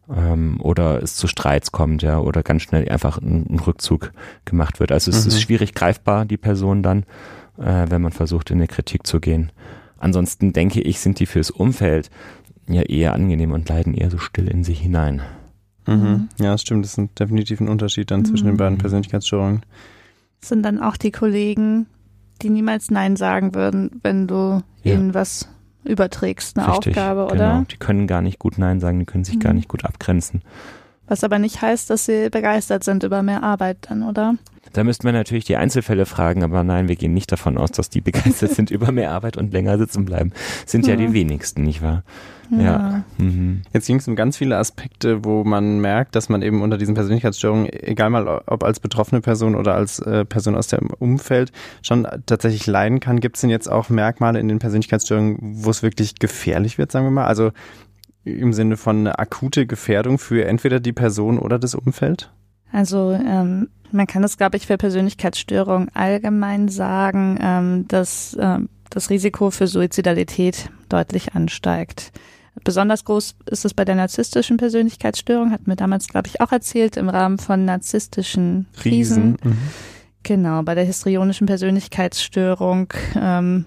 Oder es zu Streits kommt, ja, oder ganz schnell einfach ein, ein Rückzug gemacht wird. Also es mhm. ist schwierig greifbar, die Person dann, äh, wenn man versucht, in eine Kritik zu gehen. Ansonsten denke ich, sind die fürs Umfeld ja eher angenehm und leiden eher so still in sich hinein. Mhm. Ja, das stimmt. Das ist definitiv ein Unterschied dann zwischen mhm. den beiden Persönlichkeitsstörungen. sind dann auch die Kollegen, die niemals Nein sagen würden, wenn du ja. ihnen was überträgst, eine Richtig, Aufgabe, oder? Genau, die können gar nicht gut Nein sagen, die können sich mhm. gar nicht gut abgrenzen. Was aber nicht heißt, dass sie begeistert sind über mehr Arbeit dann, oder? Da müssten wir natürlich die Einzelfälle fragen, aber nein, wir gehen nicht davon aus, dass die begeistert sind über mehr Arbeit und länger sitzen bleiben. Sind ja, ja die wenigsten, nicht wahr? Ja. ja. Mhm. Jetzt ging es um ganz viele Aspekte, wo man merkt, dass man eben unter diesen Persönlichkeitsstörungen, egal mal ob als betroffene Person oder als äh, Person aus dem Umfeld, schon tatsächlich leiden kann. Gibt es denn jetzt auch Merkmale in den Persönlichkeitsstörungen, wo es wirklich gefährlich wird, sagen wir mal? Also im Sinne von eine akute Gefährdung für entweder die Person oder das Umfeld? Also ähm, man kann das, glaube ich, für Persönlichkeitsstörungen allgemein sagen, ähm, dass ähm, das Risiko für Suizidalität deutlich ansteigt. Besonders groß ist es bei der narzisstischen Persönlichkeitsstörung, hat mir damals, glaube ich, auch erzählt, im Rahmen von narzisstischen Krisen. Krisen. Mhm. Genau, bei der histrionischen Persönlichkeitsstörung ähm,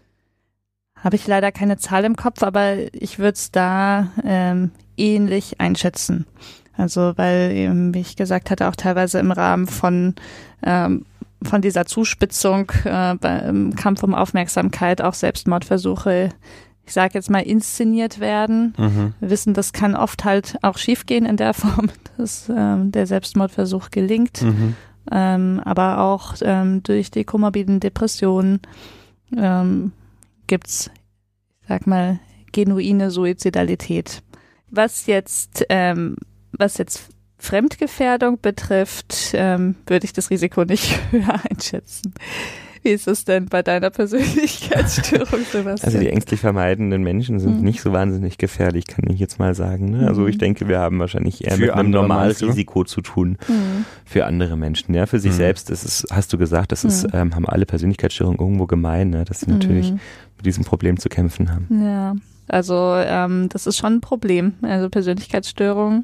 habe ich leider keine Zahl im Kopf, aber ich würde es da ähm, ähnlich einschätzen. Also weil eben, wie ich gesagt hatte, auch teilweise im Rahmen von ähm, von dieser Zuspitzung äh, beim Kampf um Aufmerksamkeit auch Selbstmordversuche, ich sage jetzt mal, inszeniert werden. Mhm. Wir wissen, das kann oft halt auch schiefgehen in der Form, dass ähm, der Selbstmordversuch gelingt. Mhm. Ähm, aber auch ähm, durch die komorbiden Depressionen ähm, gibt's, ich sag mal, genuine Suizidalität. Was jetzt, ähm, was jetzt Fremdgefährdung betrifft, ähm, würde ich das Risiko nicht höher einschätzen. Wie ist es denn bei deiner Persönlichkeitsstörung, Sebastian? Also die ängstlich vermeidenden Menschen sind mhm. nicht so wahnsinnig gefährlich, kann ich jetzt mal sagen. Ne? Also ich denke, wir haben wahrscheinlich eher für mit einem Normalrisiko zu tun mhm. für andere Menschen. Ja, für sich mhm. selbst ist es, hast du gesagt, das ist, mhm. ähm, haben alle Persönlichkeitsstörungen irgendwo gemein, ne? Dass sie natürlich mhm. mit diesem Problem zu kämpfen haben. Ja, also ähm, das ist schon ein Problem. Also Persönlichkeitsstörungen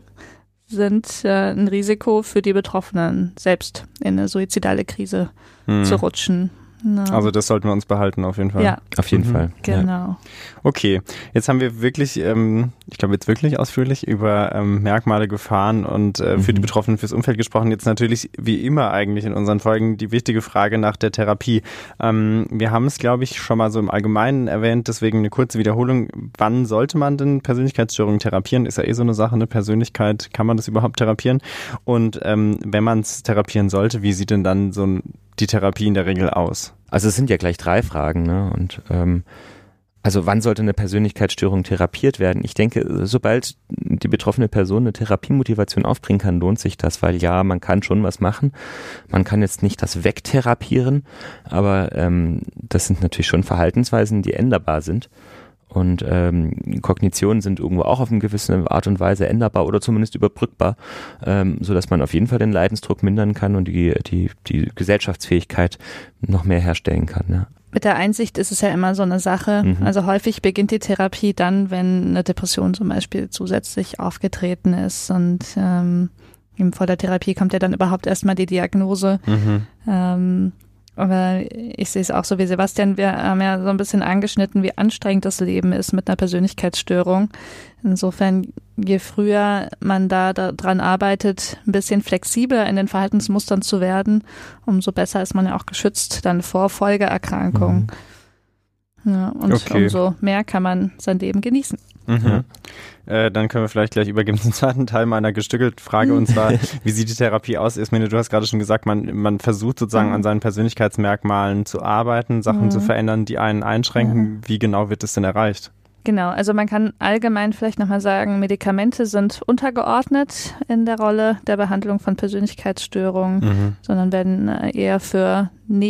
sind äh, ein Risiko für die Betroffenen, selbst in eine suizidale Krise hm. zu rutschen. Ja. Also das sollten wir uns behalten auf jeden Fall. Ja, auf jeden mhm. Fall. Genau. Ja. Okay, jetzt haben wir wirklich, ähm, ich glaube jetzt wirklich ausführlich über ähm, Merkmale, Gefahren und äh, für mhm. die Betroffenen, fürs Umfeld gesprochen. Jetzt natürlich wie immer eigentlich in unseren Folgen die wichtige Frage nach der Therapie. Ähm, wir haben es, glaube ich, schon mal so im Allgemeinen erwähnt, deswegen eine kurze Wiederholung. Wann sollte man denn Persönlichkeitsstörungen therapieren? Ist ja eh so eine Sache, eine Persönlichkeit. Kann man das überhaupt therapieren? Und ähm, wenn man es therapieren sollte, wie sieht denn dann so ein die Therapie in der Regel aus? Also es sind ja gleich drei Fragen, ne? Und ähm, also wann sollte eine Persönlichkeitsstörung therapiert werden? Ich denke, sobald die betroffene Person eine Therapiemotivation aufbringen kann, lohnt sich das, weil ja, man kann schon was machen. Man kann jetzt nicht das wegtherapieren, aber ähm, das sind natürlich schon Verhaltensweisen, die änderbar sind. Und ähm, Kognitionen sind irgendwo auch auf eine gewisse Art und Weise änderbar oder zumindest überbrückbar, ähm, sodass man auf jeden Fall den Leidensdruck mindern kann und die, die, die Gesellschaftsfähigkeit noch mehr herstellen kann. Ja. Mit der Einsicht ist es ja immer so eine Sache. Mhm. Also häufig beginnt die Therapie dann, wenn eine Depression zum Beispiel zusätzlich aufgetreten ist. Und ähm, vor der Therapie kommt ja dann überhaupt erstmal die Diagnose. Mhm. Ähm, Aber ich sehe es auch so wie Sebastian, wir haben ja so ein bisschen angeschnitten, wie anstrengend das Leben ist mit einer Persönlichkeitsstörung. Insofern, je früher man da dran arbeitet, ein bisschen flexibler in den Verhaltensmustern zu werden, umso besser ist man ja auch geschützt dann vor Folgeerkrankungen. Mhm. Ja, und okay. umso mehr kann man sein Leben genießen. Mhm. Äh, dann können wir vielleicht gleich übergeben zum zweiten Teil meiner gestückelten Frage, und zwar, wie sieht die Therapie aus? Ismene, du hast gerade schon gesagt, man, man versucht sozusagen mhm. an seinen Persönlichkeitsmerkmalen zu arbeiten, Sachen mhm. zu verändern, die einen einschränken. Mhm. Wie genau wird das denn erreicht? Genau, also man kann allgemein vielleicht nochmal sagen, Medikamente sind untergeordnet in der Rolle der Behandlung von Persönlichkeitsstörungen, mhm. sondern werden eher für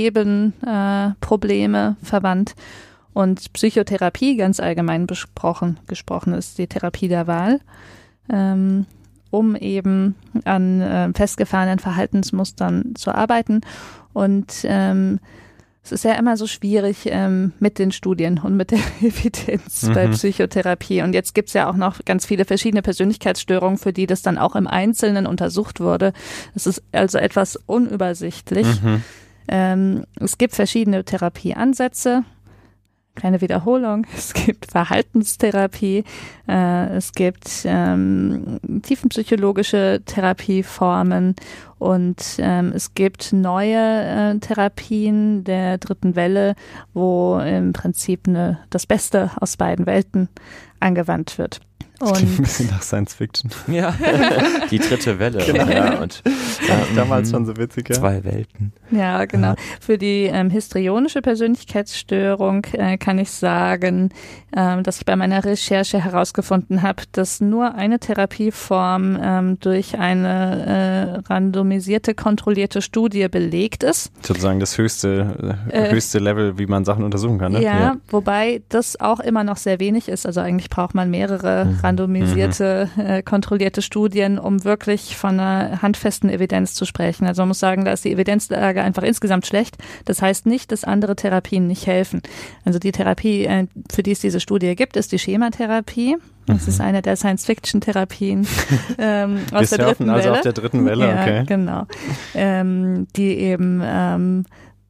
Nebenprobleme äh, verwandt. Und Psychotherapie, ganz allgemein besprochen, gesprochen, ist die Therapie der Wahl, ähm, um eben an äh, festgefahrenen Verhaltensmustern zu arbeiten. Und ähm, es ist ja immer so schwierig ähm, mit den Studien und mit der Evidenz mhm. bei Psychotherapie. Und jetzt gibt's ja auch noch ganz viele verschiedene Persönlichkeitsstörungen, für die das dann auch im Einzelnen untersucht wurde. Es ist also etwas unübersichtlich. Mhm. Ähm, es gibt verschiedene Therapieansätze. Kleine Wiederholung, es gibt Verhaltenstherapie, äh, es gibt ähm, tiefenpsychologische Therapieformen Und ähm, es gibt neue äh, Therapien der dritten Welle, wo im Prinzip eine, das Beste aus beiden Welten angewandt wird. Das klingt ein bisschen nach Science Fiction. Ja, die dritte Welle. Genau. Ja, und ja, damals schon so witzig, ja. Zwei Welten. Ja, genau. Für die ähm, histrionische Persönlichkeitsstörung äh, kann ich sagen, ähm, dass ich bei meiner Recherche herausgefunden habe, dass nur eine Therapieform ähm, durch eine äh, randomisierte, kontrollierte Studie belegt ist. Sozusagen das höchste, äh, höchste Level, wie man Sachen untersuchen kann, ne? Ja, Ja, wobei das auch immer noch sehr wenig ist. Also eigentlich braucht man mehrere Mhm. randomisierte, äh, kontrollierte Studien, um wirklich von einer handfesten Evidenz zu sprechen. Also man muss sagen, da ist die Evidenzlage einfach insgesamt schlecht. Das heißt nicht, dass andere Therapien nicht helfen. Also die Therapie, äh, für die es diese Studie gibt, ist die Schematherapie. Das mhm. ist eine der Science-Fiction-Therapien ähm, aus Wir der dritten also Welle. auf der dritten Welle, ja, okay. Genau. Ähm, die eben ähm,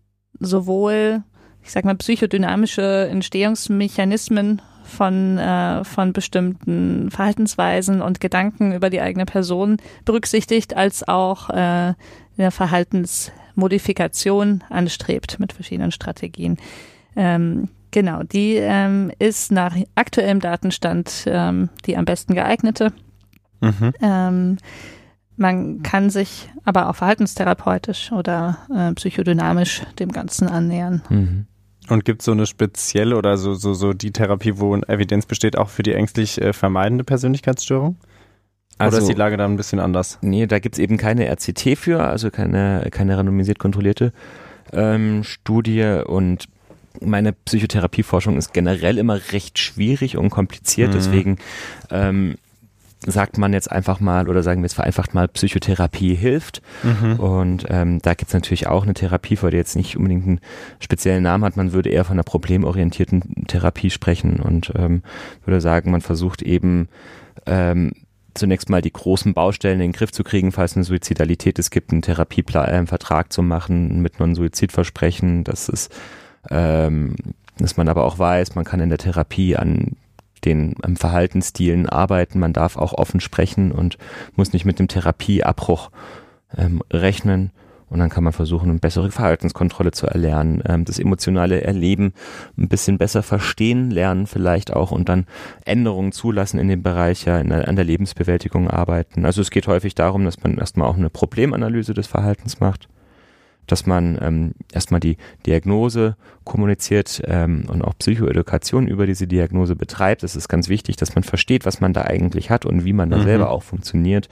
sowohl, ich sag mal, psychodynamische Entstehungsmechanismen von, äh, von bestimmten Verhaltensweisen und Gedanken über die eigene Person berücksichtigt, als auch äh, eine Verhaltensmodifikation anstrebt mit verschiedenen Strategien. Ähm, genau, die ähm, ist nach aktuellem Datenstand ähm, die am besten geeignete. Mhm. Ähm, man kann sich aber auch verhaltenstherapeutisch oder äh, psychodynamisch dem Ganzen annähern. Mhm. Und gibt es so eine spezielle oder so, so, so die Therapie, wo Evidenz besteht, auch für die ängstlich äh, vermeidende Persönlichkeitsstörung? Also, oder ist die Lage da ein bisschen anders? Nee, da gibt es eben keine R C T für, also keine, keine randomisiert kontrollierte ähm, Studie, und meine Psychotherapieforschung ist generell immer recht schwierig und kompliziert, mhm. deswegen ähm, sagt man jetzt einfach mal, oder sagen wir jetzt vereinfacht mal, Psychotherapie hilft. Mhm. Und ähm, da gibt es natürlich auch eine Therapie, vor der jetzt nicht unbedingt einen speziellen Namen hat. Man würde eher von einer problemorientierten Therapie sprechen und ähm, würde sagen, man versucht eben ähm, zunächst mal die großen Baustellen in den Griff zu kriegen, falls eine Suizidalität es gibt, einen Therapieplan, einen Vertrag zu machen mit einem Suizidversprechen. Das ist, ähm, dass man aber auch weiß, man kann in der Therapie an den ähm, Verhaltensstilen arbeiten, man darf auch offen sprechen und muss nicht mit dem Therapieabbruch ähm, rechnen, und dann kann man versuchen, eine bessere Verhaltenskontrolle zu erlernen, ähm, das emotionale Erleben ein bisschen besser verstehen lernen vielleicht auch, und dann Änderungen zulassen in dem Bereich, ja, in der, an der Lebensbewältigung arbeiten. Also es geht häufig darum, dass man erstmal auch eine Problemanalyse des Verhaltens macht, dass man ähm, erstmal die Diagnose kommuniziert ähm, und auch Psychoedukation über diese Diagnose betreibt. Es ist ganz wichtig, dass man versteht, was man da eigentlich hat und wie man da mhm. selber auch funktioniert.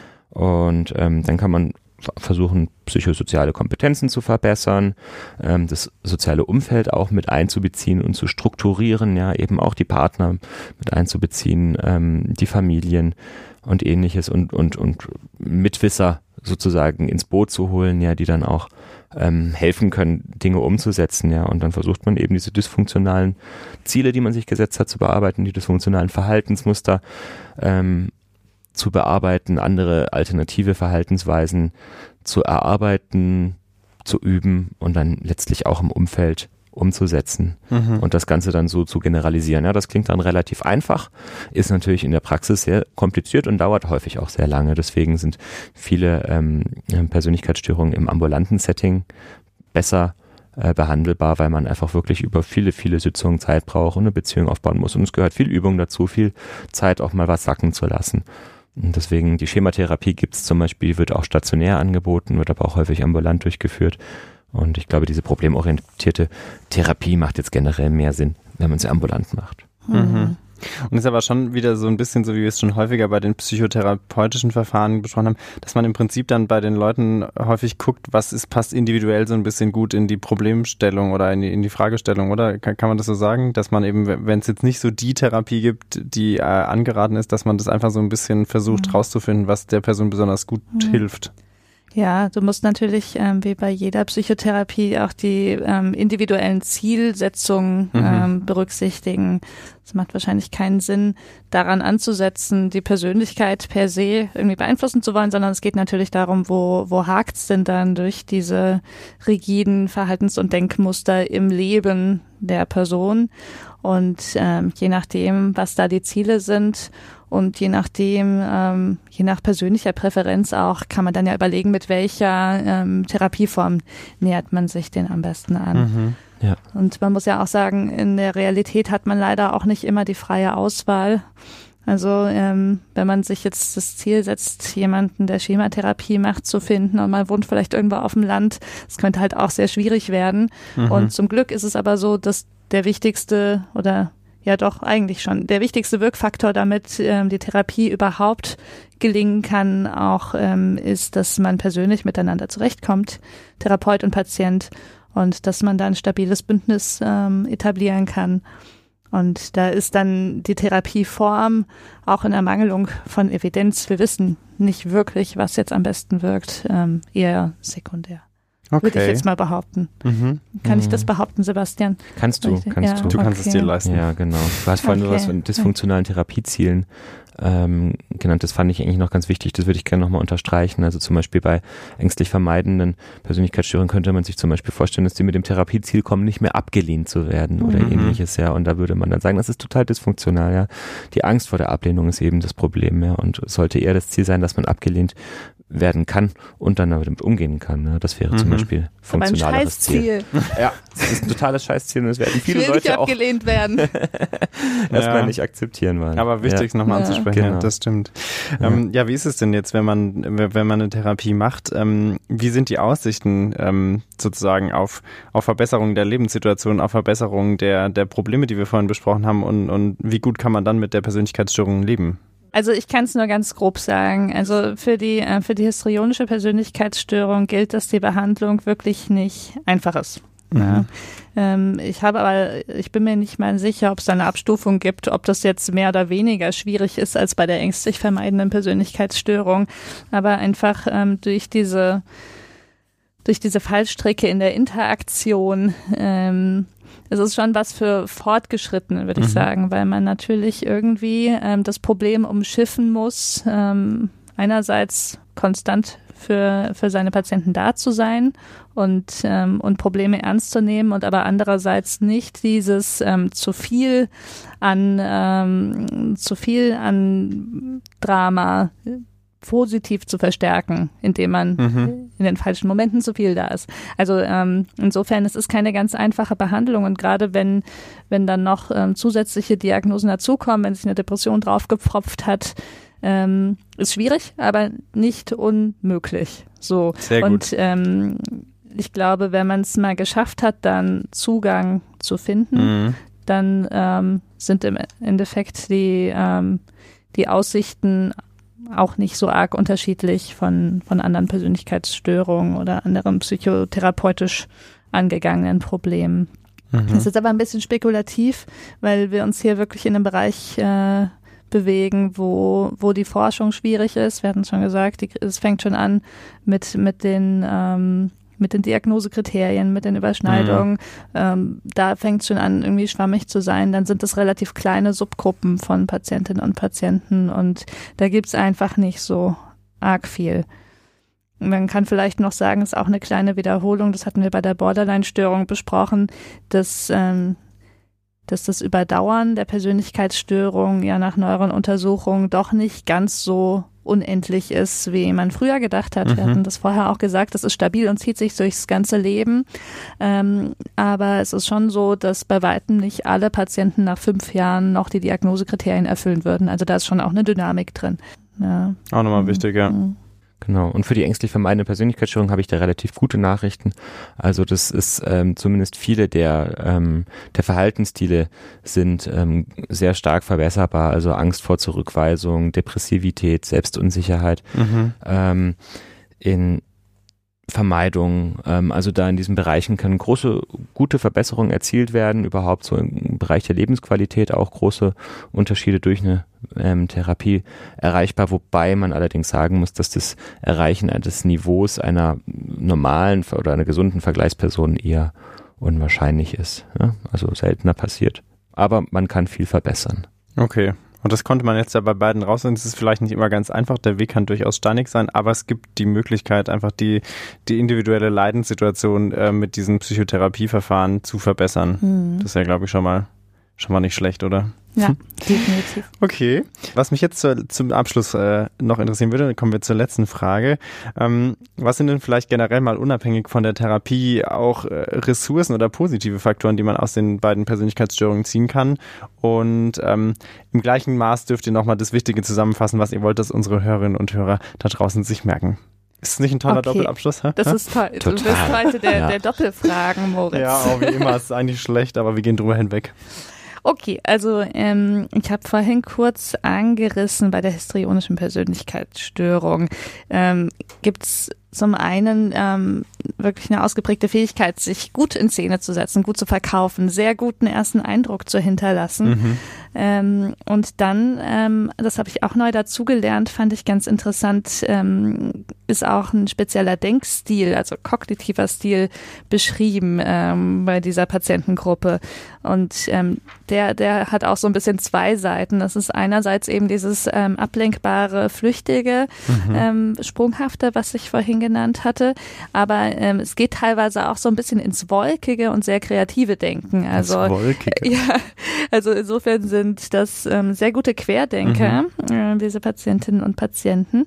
Und ähm, dann kann man f- versuchen, psychosoziale Kompetenzen zu verbessern, ähm, das soziale Umfeld auch mit einzubeziehen und zu strukturieren, ja, eben auch die Partner mit einzubeziehen, ähm, die Familien und ähnliches, und, und, und Mitwisser sozusagen ins Boot zu holen, ja, die dann auch ähm, helfen können, Dinge umzusetzen, ja, und dann versucht man eben diese dysfunktionalen Ziele, die man sich gesetzt hat, zu bearbeiten, die dysfunktionalen Verhaltensmuster ähm, zu bearbeiten, andere alternative Verhaltensweisen zu erarbeiten, zu üben und dann letztlich auch im Umfeld umzusetzen mhm. und das Ganze dann so zu generalisieren. Ja, das klingt dann relativ einfach, ist natürlich in der Praxis sehr kompliziert und dauert häufig auch sehr lange. Deswegen sind viele ähm, Persönlichkeitsstörungen im ambulanten Setting besser äh, behandelbar, weil man einfach wirklich über viele, viele Sitzungen Zeit braucht und eine Beziehung aufbauen muss. Und es gehört viel Übung dazu, viel Zeit auch mal was sacken zu lassen. Und deswegen die Schematherapie gibt es zum Beispiel, wird auch stationär angeboten, wird aber auch häufig ambulant durchgeführt. Und ich glaube, diese problemorientierte Therapie macht jetzt generell mehr Sinn, wenn man sie ambulant macht. Mhm. Und ist aber schon wieder so ein bisschen so, wie wir es schon häufiger bei den psychotherapeutischen Verfahren besprochen haben, dass man im Prinzip dann bei den Leuten häufig guckt, was ist, passt individuell so ein bisschen gut in die Problemstellung oder in die, in die Fragestellung, oder? Kann, kann man das so sagen? Dass man eben, wenn es jetzt nicht so die Therapie gibt, die äh, angeraten ist, dass man das einfach so ein bisschen versucht mhm. rauszufinden, was der Person besonders gut mhm. hilft. Ja, du musst natürlich ähm, wie bei jeder Psychotherapie auch die ähm, individuellen Zielsetzungen ähm, mhm. berücksichtigen. Es macht wahrscheinlich keinen Sinn, daran anzusetzen, die Persönlichkeit per se irgendwie beeinflussen zu wollen, sondern es geht natürlich darum, wo, wo hakt's denn dann durch diese rigiden Verhaltens- und Denkmuster im Leben der Person. Und ähm, je nachdem, was da die Ziele sind Und je nachdem, ähm, je nach persönlicher Präferenz auch, kann man dann ja überlegen, mit welcher ähm, Therapieform nähert man sich den am besten an. Mhm. Ja. Und man muss ja auch sagen, in der Realität hat man leider auch nicht immer die freie Auswahl. Also ähm, wenn man sich jetzt das Ziel setzt, jemanden, der Schematherapie macht, zu finden und man wohnt vielleicht irgendwo auf dem Land, das könnte halt auch sehr schwierig werden. Mhm. Und zum Glück ist es aber so, dass der wichtigste oder ja doch eigentlich schon der wichtigste Wirkfaktor, damit ähm, die Therapie überhaupt gelingen kann, auch ähm, ist, dass man persönlich miteinander zurechtkommt, Therapeut und Patient, und dass man da ein stabiles Bündnis ähm, etablieren kann. Und da ist dann die Therapieform auch in Ermangelung von Evidenz. Wir wissen nicht wirklich, was jetzt am besten wirkt, ähm, eher sekundär. Okay. Würde ich jetzt mal behaupten. Mhm. Kann mhm. ich das behaupten, Sebastian? Kannst du, Richtig? kannst ja, du. Du kannst okay. es dir leisten. Ja, genau. Du hast vorhin okay. was von dysfunktionalen Therapiezielen ähm, genannt. Das fand ich eigentlich noch ganz wichtig. Das würde ich gerne nochmal unterstreichen. Also zum Beispiel bei ängstlich vermeidenden Persönlichkeitsstörungen könnte man sich zum Beispiel vorstellen, dass die mit dem Therapieziel kommen, nicht mehr abgelehnt zu werden oder mhm. ähnliches. Ja. Und da würde man dann sagen, das ist total dysfunktional. Ja. Die Angst vor der Ablehnung ist eben das Problem. Ja. Und es sollte eher das Ziel sein, dass man abgelehnt werden kann und dann damit umgehen kann. Ne? Das wäre mhm. zum Beispiel funktionaleres Ziel. Ja, das ist ein totales Scheißziel und es werden viele ich will Leute nicht abgelehnt auch werden. erstmal ja. nicht akzeptieren wollen. Aber wichtig, ja. nochmal anzusprechen, ja. Ja, das stimmt. Ja. Ähm, ja, wie ist es denn jetzt, wenn man wenn man eine Therapie macht? Ähm, wie sind die Aussichten ähm, sozusagen auf auf Verbesserung der Lebenssituation, auf Verbesserung der der Probleme, die wir vorhin besprochen haben, und und wie gut kann man dann mit der Persönlichkeitsstörung leben? Also ich kann es nur ganz grob sagen. Also für die äh, für die histrionische Persönlichkeitsstörung gilt, dass die Behandlung wirklich nicht einfach ist. Mhm. Ja. Ähm, ich habe aber, ich bin mir nicht mal sicher, ob es da eine Abstufung gibt, ob das jetzt mehr oder weniger schwierig ist als bei der ängstlich vermeidenden Persönlichkeitsstörung. Aber einfach ähm, durch diese durch diese Fallstricke in der Interaktion ähm, es ist schon was für Fortgeschrittene, würde ich mhm. sagen, weil man natürlich irgendwie ähm, das Problem umschiffen muss, ähm, einerseits konstant für für seine Patienten da zu sein und ähm, und Probleme ernst zu nehmen, und aber andererseits nicht dieses ähm, zu viel an ähm, zu viel an Drama positiv zu verstärken, indem man mhm. in den falschen Momenten zu viel da ist. Also ähm, insofern, es ist keine ganz einfache Behandlung, und gerade wenn wenn dann noch ähm, zusätzliche Diagnosen dazukommen, wenn sich eine Depression draufgepfropft hat, ähm, ist schwierig, aber nicht unmöglich. So. Sehr gut. Und ähm, ich glaube, wenn man es mal geschafft hat, dann Zugang zu finden, mhm. dann ähm, sind im Endeffekt die ähm, die Aussichten auch nicht so arg unterschiedlich von, von anderen Persönlichkeitsstörungen oder anderen psychotherapeutisch angegangenen Problemen. Mhm. Das ist aber ein bisschen spekulativ, weil wir uns hier wirklich in einem Bereich äh, bewegen, wo, wo die Forschung schwierig ist. Wir hatten es schon gesagt, die, es fängt schon an mit, mit den ähm, mit den Diagnosekriterien, mit den Überschneidungen. Mhm. Ähm, da fängt es schon an, irgendwie schwammig zu sein. Dann sind es relativ kleine Subgruppen von Patientinnen und Patienten, und da gibt es einfach nicht so arg viel. Man kann vielleicht noch sagen, es ist auch eine kleine Wiederholung, das hatten wir bei der Borderline-Störung besprochen, dass, ähm, dass das Überdauern der Persönlichkeitsstörung ja nach neueren Untersuchungen doch nicht ganz so unendlich ist, wie man früher gedacht hat. Mhm. Wir hatten das vorher auch gesagt, das ist stabil und zieht sich durchs ganze Leben. Ähm, aber es ist schon so, dass bei weitem nicht alle Patienten nach fünf Jahren noch die Diagnosekriterien erfüllen würden. Also da ist schon auch eine Dynamik drin. Ja. Auch nochmal wichtig, ja. Mhm. Genau. Und für die ängstlich vermeidende Persönlichkeitsstörung habe ich da relativ gute Nachrichten. Also das ist ähm, zumindest viele der ähm, der Verhaltensstile sind ähm, sehr stark verbesserbar. Also Angst vor Zurückweisung, Depressivität, Selbstunsicherheit. Mhm. Ähm, in Vermeidung, ähm, also da in diesen Bereichen können große, gute Verbesserungen erzielt werden, überhaupt so im Bereich der Lebensqualität auch große Unterschiede durch eine ähm, Therapie erreichbar, wobei man allerdings sagen muss, dass das Erreichen eines Niveaus einer normalen oder einer gesunden Vergleichsperson eher unwahrscheinlich ist, ja? Also seltener passiert, aber man kann viel verbessern. Okay. Und das konnte man jetzt ja bei beiden rausnehmen. Es ist vielleicht nicht immer ganz einfach, der Weg kann durchaus steinig sein, aber es gibt die Möglichkeit, einfach die, die individuelle Leidenssituation äh, mit diesen Psychotherapieverfahren zu verbessern. Mhm. Das ist ja, glaube ich, schon mal Schon mal nicht schlecht, oder? Ja, definitiv. Okay. Was mich jetzt zu, zum Abschluss äh, noch interessieren würde, dann kommen wir zur letzten Frage. Ähm, was sind denn vielleicht generell mal unabhängig von der Therapie auch äh, Ressourcen oder positive Faktoren, die man aus den beiden Persönlichkeitsstörungen ziehen kann? Und ähm, im gleichen Maß dürft ihr nochmal das Wichtige zusammenfassen, was ihr wollt, dass unsere Hörerinnen und Hörer da draußen sich merken. Ist das nicht ein toller okay. Doppelabschluss? Hä? Das ist toll. Total. Du bist heute der, ja. der Doppelfragen, Moritz. Ja, auch wie immer, ist eigentlich schlecht, aber wir gehen drüber hinweg. Okay, also ähm, ich habe vorhin kurz angerissen, bei der histrionischen Persönlichkeitsstörung ähm, gibt's zum einen ähm, wirklich eine ausgeprägte Fähigkeit, sich gut in Szene zu setzen, gut zu verkaufen, sehr guten ersten Eindruck zu hinterlassen. Mhm. Ähm, und dann, ähm, das habe ich auch neu dazugelernt, fand ich ganz interessant, ähm, ist auch ein spezieller Denkstil, also kognitiver Stil beschrieben ähm, bei dieser Patientengruppe. Und ähm, der, der hat auch so ein bisschen zwei Seiten. Das ist einerseits eben dieses ähm, ablenkbare, flüchtige, mhm. ähm, sprunghafte, was ich vorhin genannt hatte. Aber ähm, es geht teilweise auch so ein bisschen ins Wolkige und sehr kreative Denken. Also, das Wolkige. Ja, also insofern sind das ähm, sehr gute Querdenker, mhm. äh, diese Patientinnen und Patienten.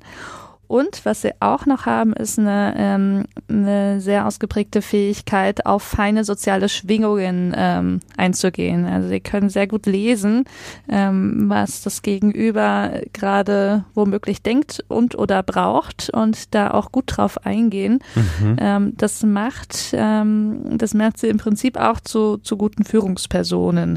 Und was sie auch noch haben, ist eine, ähm, eine sehr ausgeprägte Fähigkeit, auf feine soziale Schwingungen ähm, einzugehen. Also sie können sehr gut lesen, ähm, was das Gegenüber gerade womöglich denkt und oder braucht und da auch gut drauf eingehen. Mhm. Ähm, das macht, ähm, das macht sie im Prinzip auch zu, zu guten Führungspersonen.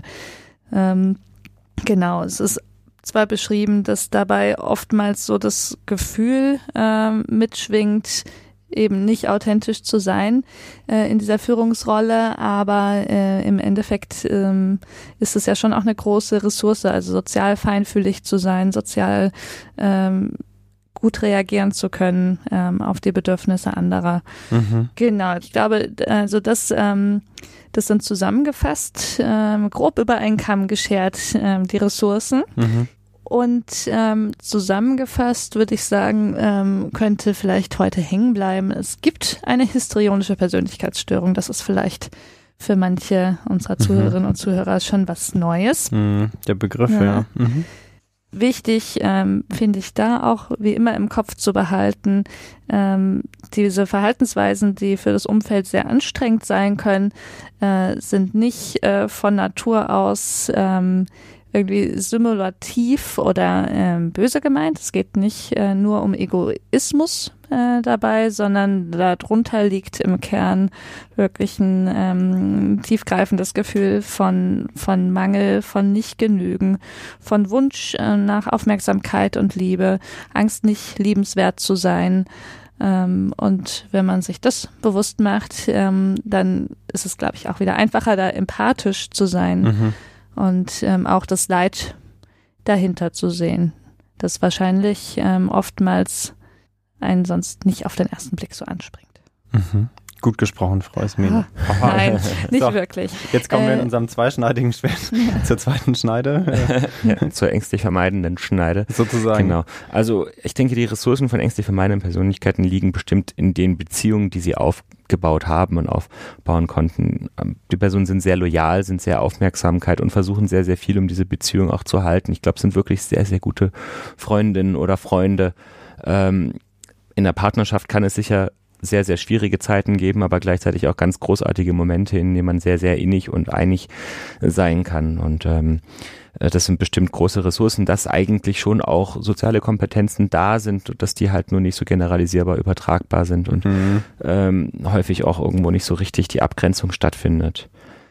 Ähm, genau, es ist zwar beschrieben, dass dabei oftmals so das Gefühl äh, mitschwingt, eben nicht authentisch zu sein äh, in dieser Führungsrolle, aber äh, im Endeffekt ähm, ist es ja schon auch eine große Ressource, also sozial feinfühlig zu sein, sozial ähm, gut reagieren zu können ähm, auf die Bedürfnisse anderer. Mhm. Genau, ich glaube, also das ähm, das sind zusammengefasst, ähm, grob über einen Kamm geschert, ähm, die Ressourcen. Mhm. Und ähm, zusammengefasst würde ich sagen, ähm, könnte vielleicht heute hängen bleiben. Es gibt eine histrionische Persönlichkeitsstörung. Das ist vielleicht für manche unserer Zuhörerinnen mhm. und Zuhörer schon was Neues. Mhm, der Begriff, ja. ja. Mhm. Wichtig ähm, finde ich da auch wie immer im Kopf zu behalten, ähm, diese Verhaltensweisen, die für das Umfeld sehr anstrengend sein können, äh, sind nicht äh, von Natur aus ähm, irgendwie simulativ oder ähm, böse gemeint. Es geht nicht äh, nur um Egoismus äh, dabei, sondern darunter liegt im Kern wirklich ein ähm, tiefgreifendes Gefühl von, von Mangel, von Nichtgenügen, von Wunsch äh, nach Aufmerksamkeit und Liebe, Angst, nicht liebenswert zu sein. Ähm, und wenn man sich das bewusst macht, ähm, dann ist es, glaube ich, auch wieder einfacher, da empathisch zu sein. Mhm. Und ähm, auch das Leid dahinter zu sehen, das wahrscheinlich ähm, oftmals einen sonst nicht auf den ersten Blick so anspringt. Mhm. Gut gesprochen, Frau Ismene. Oh, nein, nicht so, wirklich. Jetzt kommen äh, wir in unserem zweischneidigen Schwert ja. zur zweiten Schneide. Ja, zur ängstlich vermeidenden Schneide. Sozusagen. Genau. Also ich denke, die Ressourcen von ängstlich vermeidenden Persönlichkeiten liegen bestimmt in den Beziehungen, die sie aufgebaut haben und aufbauen konnten. Die Personen sind sehr loyal, sind sehr Aufmerksamkeit und versuchen sehr, sehr viel, um diese Beziehung auch zu halten. Ich glaube, es sind wirklich sehr, sehr gute Freundinnen oder Freunde. Ähm, in der Partnerschaft kann es sicher sehr, sehr schwierige Zeiten geben, aber gleichzeitig auch ganz großartige Momente, in denen man sehr, sehr innig und einig sein kann. Und ähm, das sind bestimmt große Ressourcen, dass eigentlich schon auch soziale Kompetenzen da sind, dass die halt nur nicht so generalisierbar übertragbar sind und mhm. ähm, häufig auch irgendwo nicht so richtig die Abgrenzung stattfindet.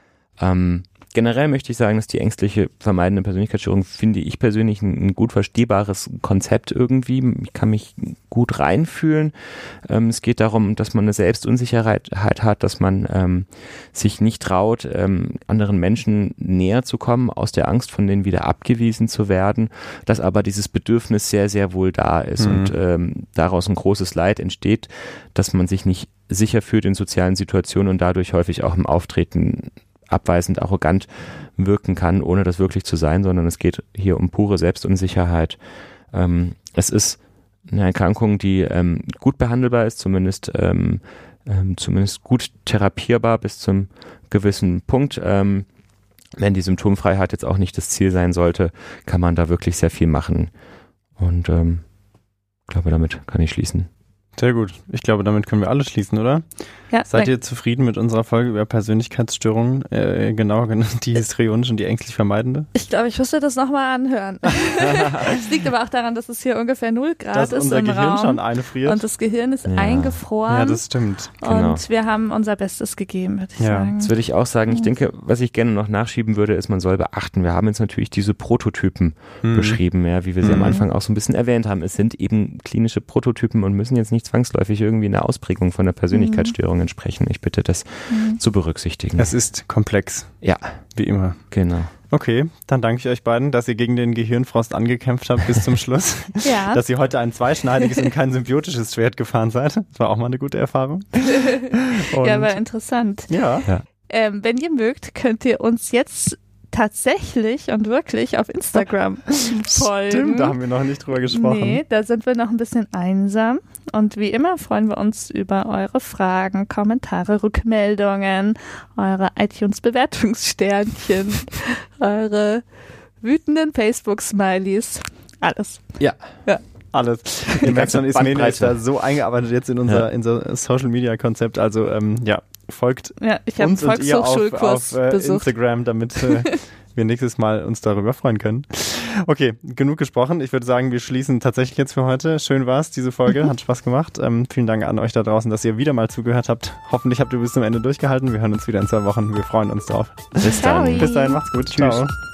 Ähm, Generell möchte ich sagen, dass die ängstliche vermeidende Persönlichkeitsstörung, finde ich persönlich, ein, ein gut verstehbares Konzept irgendwie. Ich kann mich gut reinfühlen. Ähm, es geht darum, dass man eine Selbstunsicherheit hat, dass man ähm, sich nicht traut, ähm, anderen Menschen näher zu kommen, aus der Angst, von denen wieder abgewiesen zu werden, dass aber dieses Bedürfnis sehr, sehr wohl da ist mhm. und ähm, daraus ein großes Leid entsteht, dass man sich nicht sicher fühlt in sozialen Situationen und dadurch häufig auch im Auftreten abweisend, arrogant wirken kann, ohne das wirklich zu sein, sondern es geht hier um pure Selbstunsicherheit. Ähm, es ist eine Erkrankung, die ähm, gut behandelbar ist, zumindest, ähm, ähm, zumindest gut therapierbar bis zum gewissen Punkt. Ähm, wenn die Symptomfreiheit jetzt auch nicht das Ziel sein sollte, kann man da wirklich sehr viel machen. Und ähm, ich glaube, damit kann ich schließen. Sehr gut. Ich glaube, damit können wir alle schließen, oder? Ja, Seid ihr zufrieden mit unserer Folge über Persönlichkeitsstörungen? Äh, genau, die histrionische und die ängstlich vermeidende? Ich glaube, ich müsste das nochmal anhören. Es liegt aber auch daran, dass es hier ungefähr null Grad dass ist unser im Gehirn Raum. schon einfriert. Und das Gehirn ist Ja. eingefroren. Ja, das stimmt. Genau. Und wir haben unser Bestes gegeben, würde ich Ja, sagen. Das würde ich auch sagen. Ich denke, was ich gerne noch nachschieben würde, ist, man soll beachten, wir haben jetzt natürlich diese Prototypen Hm. beschrieben, ja, wie wir sie Mhm. am Anfang auch so ein bisschen erwähnt haben. Es sind eben klinische Prototypen und müssen jetzt nicht zwangsläufig irgendwie eine Ausprägung von der Persönlichkeitsstörung entsprechen. Ich bitte, das Mhm. zu berücksichtigen. Es ist komplex, Ja, wie immer. genau. Okay, dann danke ich euch beiden, dass ihr gegen den Gehirnfrost angekämpft habt bis zum Schluss. Ja. Dass ihr heute ein zweischneidiges und kein symbiotisches Schwert gefahren seid. Das war auch mal eine gute Erfahrung. Und Ja, war interessant. ja. Ähm, wenn ihr mögt, könnt ihr uns jetzt tatsächlich und wirklich auf Instagram folgen. Stimmt, da haben wir noch nicht drüber gesprochen. Nee, da sind wir noch ein bisschen einsam. Und wie immer freuen wir uns über eure Fragen, Kommentare, Rückmeldungen, eure iTunes-Bewertungssternchen, eure wütenden Facebook-Smileys. Alles. Ja. Ja. Alles. Ihr merkt schon, Ismene Bandbreite. ist da so eingearbeitet jetzt in unser, Ja. in unser Social-Media-Konzept. Also ähm, ja, folgt Ja, ich habe einen uns und ihr auf, Volkshochschulkurs auf äh, besucht. Instagram, damit äh, wir nächstes Mal uns darüber freuen können. Okay, genug gesprochen. Ich würde sagen, wir schließen tatsächlich jetzt für heute. Schön war's, diese Folge. Hat Spaß gemacht. Ähm, vielen Dank an euch da draußen, dass ihr wieder mal zugehört habt. Hoffentlich habt ihr bis zum Ende durchgehalten. Wir hören uns wieder in zwei Wochen. Wir freuen uns drauf. Bis dann. Ciao. Bis dahin, macht's gut. Tschüss. Ciao.